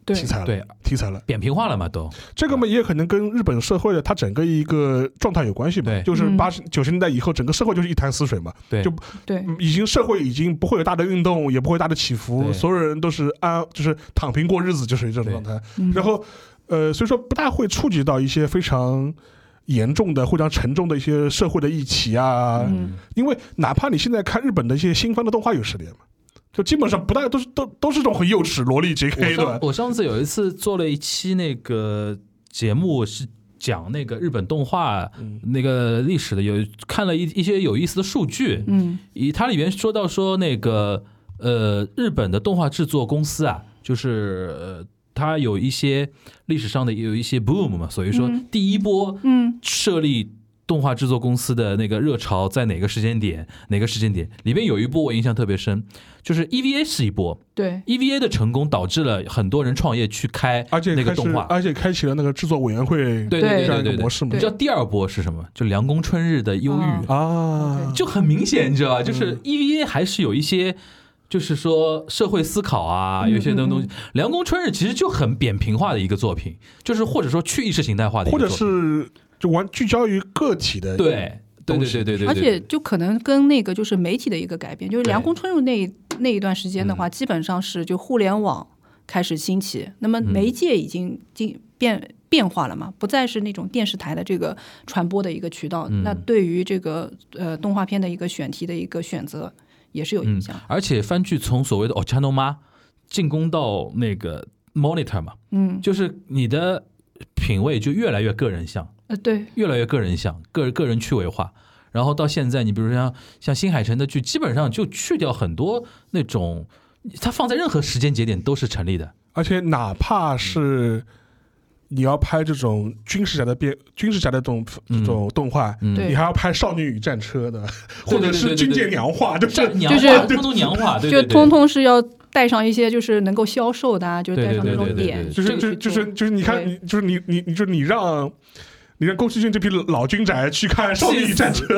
题材了， 对题材了， 扁平化了嘛都。 这个嘛也可能跟日本社会的它整个一个状态有关系嘛，就是80、90年代以后，整个社会就是一潭死水嘛， 对， 就对， 已经社会已经不会有大的运动，也不会大的起伏，所有人都是就是躺平过日子，就是这种状态。然后所以说不大会触及到一些非常严重的、非常沉重的一些社会的议题啊，因为哪怕你现在看日本的一些新番的动画有10年嘛。就基本上不大都是这种很幼稚萝莉 JK 的。 我上次有一次做了一期那个节目，是讲那个日本动画那个历史的，有看了一些有意思的数据。它里面说到说那个日本的动画制作公司啊，就是它有一些历史上的有一些 boom 嘛，所以说第一波设立动画制作公司的那个热潮在哪个时间点？里边有一波我印象特别深，就是 EVA 是一波， 对 EVA 的成功导致了很多人创业去开那个动画， 而且开启了那个制作委员会这样一个模式嘛。 你知道第二波是什么？就凉宫春日的忧郁啊，就很明显，你知道吧？就是 EVA 还是有一些。就是说社会思考啊，有一些东西。凉宫春日其实就很扁平化的一个作品，就是或者说去意识形态化的一个作品， 或者是就聚焦于个体的。 对， 而且就可能跟那个就是媒体的一个改变，就是凉宫春日那一段时间的话，基本上是就互联网开始兴起，那么媒介已经变化了嘛，不再是那种电视台的这个传播的一个渠道。那对于这个动画片的一个选题的一个选择。也是有影响， 而且番剧从所谓的 Ochanoma 进攻到那个 Monitor 嘛，就是你的品味就越来越个人向， 对， 越来越个人向，个人趣味化。然后到现在，你比如像新海诚的剧，基本上就去掉很多那种，它放在任何时间节点都是成立的， 而且哪怕是。你要拍这种军事侠的这种动画，你还要拍少女与战车的，或者是军舰娘化，就是通通娘化， 就通通是要带上一些就是能够销售的啊，就带上那种点， 就是你看，就是你让宫崎骏这批老军宅去看少女与战车，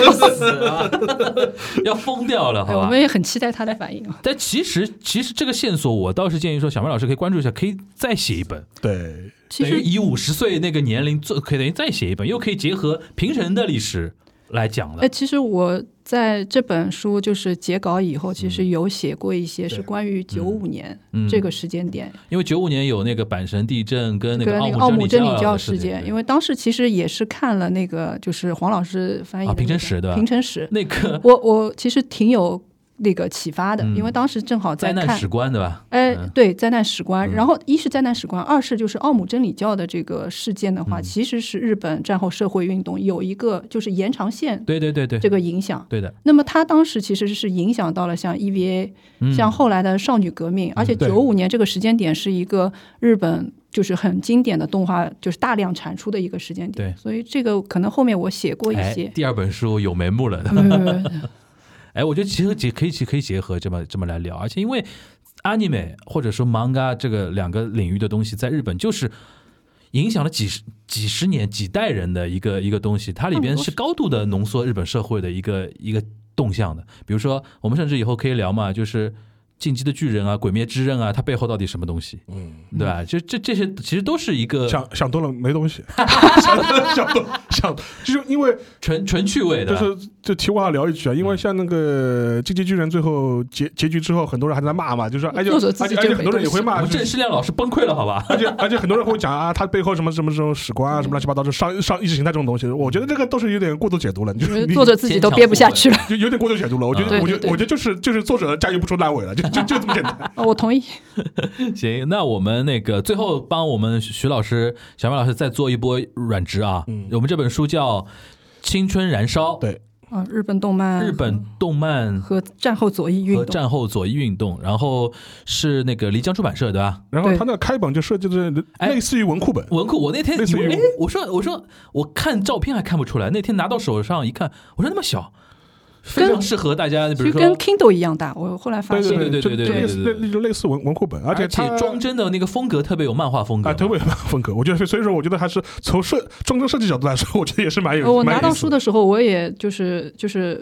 要疯掉了，好吧？ 我们也很期待他的反应。 但其实这个线索，我倒是建议说，小麦老师可以关注一下，可以再写一本。 对。 等于以50岁那个年龄做，可以等于再写一本，又可以结合平成的历史来讲了。 其实我在这本书就是截稿以后，其实有写过一些是关于95年这个时间点， 因为95年有那个阪神地震跟那个奥姆真理教事件，因为当时其实也是看了那个就是黄老师翻译的平成史，对吧？ 平成史那个我其实挺有。那个启发的，因为当时正好在看灾难史观，对吧？ 对，灾难史观。然后一是灾难史观，二是就是奥姆真理教的这个事件的话，其实是日本战后社会运动有一个就是延长线， 对这个影响， 对的。 那么他当时其实是影响到了像 EVA，像后来的少女革命，而且95年这个时间点是一个日本就是很经典的动画就是大量产出的一个时间点，所以这个可能后面我写过一些。 第二本书有眉目了。我觉得其实可以结合这么来聊，而且因为 anime 或者说 manga 这个两个领域的东西，在日本就是影响了几十年几代人的一个东西，它里边是高度的浓缩日本社会的一个动向的。比如说，我们甚至以后可以聊嘛，就是进击的巨人啊，鬼灭之刃啊，它背后到底什么东西？对吧？这些其实都是一个想多了没东西，想就是因为纯趣味的， 就题外话聊一句啊，因为像那个进击巨人最后结局之后，很多人还在骂嘛，就是而且很多人也会骂， 郑世亮老师崩溃了，好吧？ 而且很多人会讲啊，他背后什么这种史观啊，什么乱七八糟的上意识形态这种东西，我觉得这个都是有点过度解读了，就是作者自己都憋不下去了， 就有点过度解读了。我觉得就是作者驾驭不出烂尾了，就这么简单。 我同意。 行，那我们那个最后帮我们徐老师、小麦老师再做一波软职啊。我们这本书叫《青春燃烧》， 对日本动漫和战后左翼运动， 然后是那个漓江出版社，对吧？ 然后他那个开本就设计的类似于文库本。 我那天以为，我说我看照片还看不出来，那天拿到手上一看，我说那么小。非常适合大家，比如说跟 Kindle 一样大。我后来发现， 对， 就类似文库本，而且装帧的那个风格特别有漫画风格， 特别有漫画风格。我觉得，所以说，我觉得还是从装帧设计角度来说，我觉得也是蛮有。 我拿到书的时候，我也就是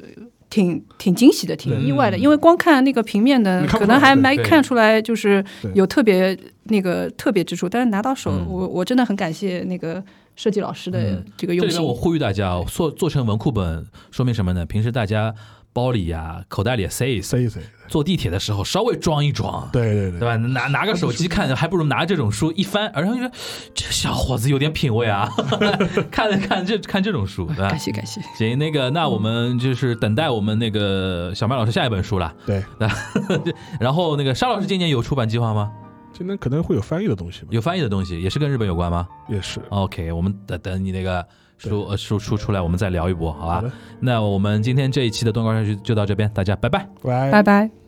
挺惊喜的，挺意外的，因为光看那个平面的，可能还没看出来就是有特别之处，但是拿到手，我真的很感谢那个设计老师的这个用心。 这里面我呼吁大家做成文库本，说明什么呢？平时大家包里呀、口袋里塞一塞，坐地铁的时候稍微装一装， 对吧？拿个手机看，还不如拿这种书一翻，然后觉得这小伙子有点品味啊，看这种书，对吧？ 感谢。 行，那我们就是等待我们那个小麦老师下一本书了。 对， 然后那个沙老师今年有出版计划吗？ 今年可能会有翻译的东西吧。 有翻译的东西，也是跟日本有关吗？ 也是。 OK， 我们等你那个书出来，我们再聊一波，好吧？那我们今天这一期的东高山就到这边，大家拜拜， 拜拜。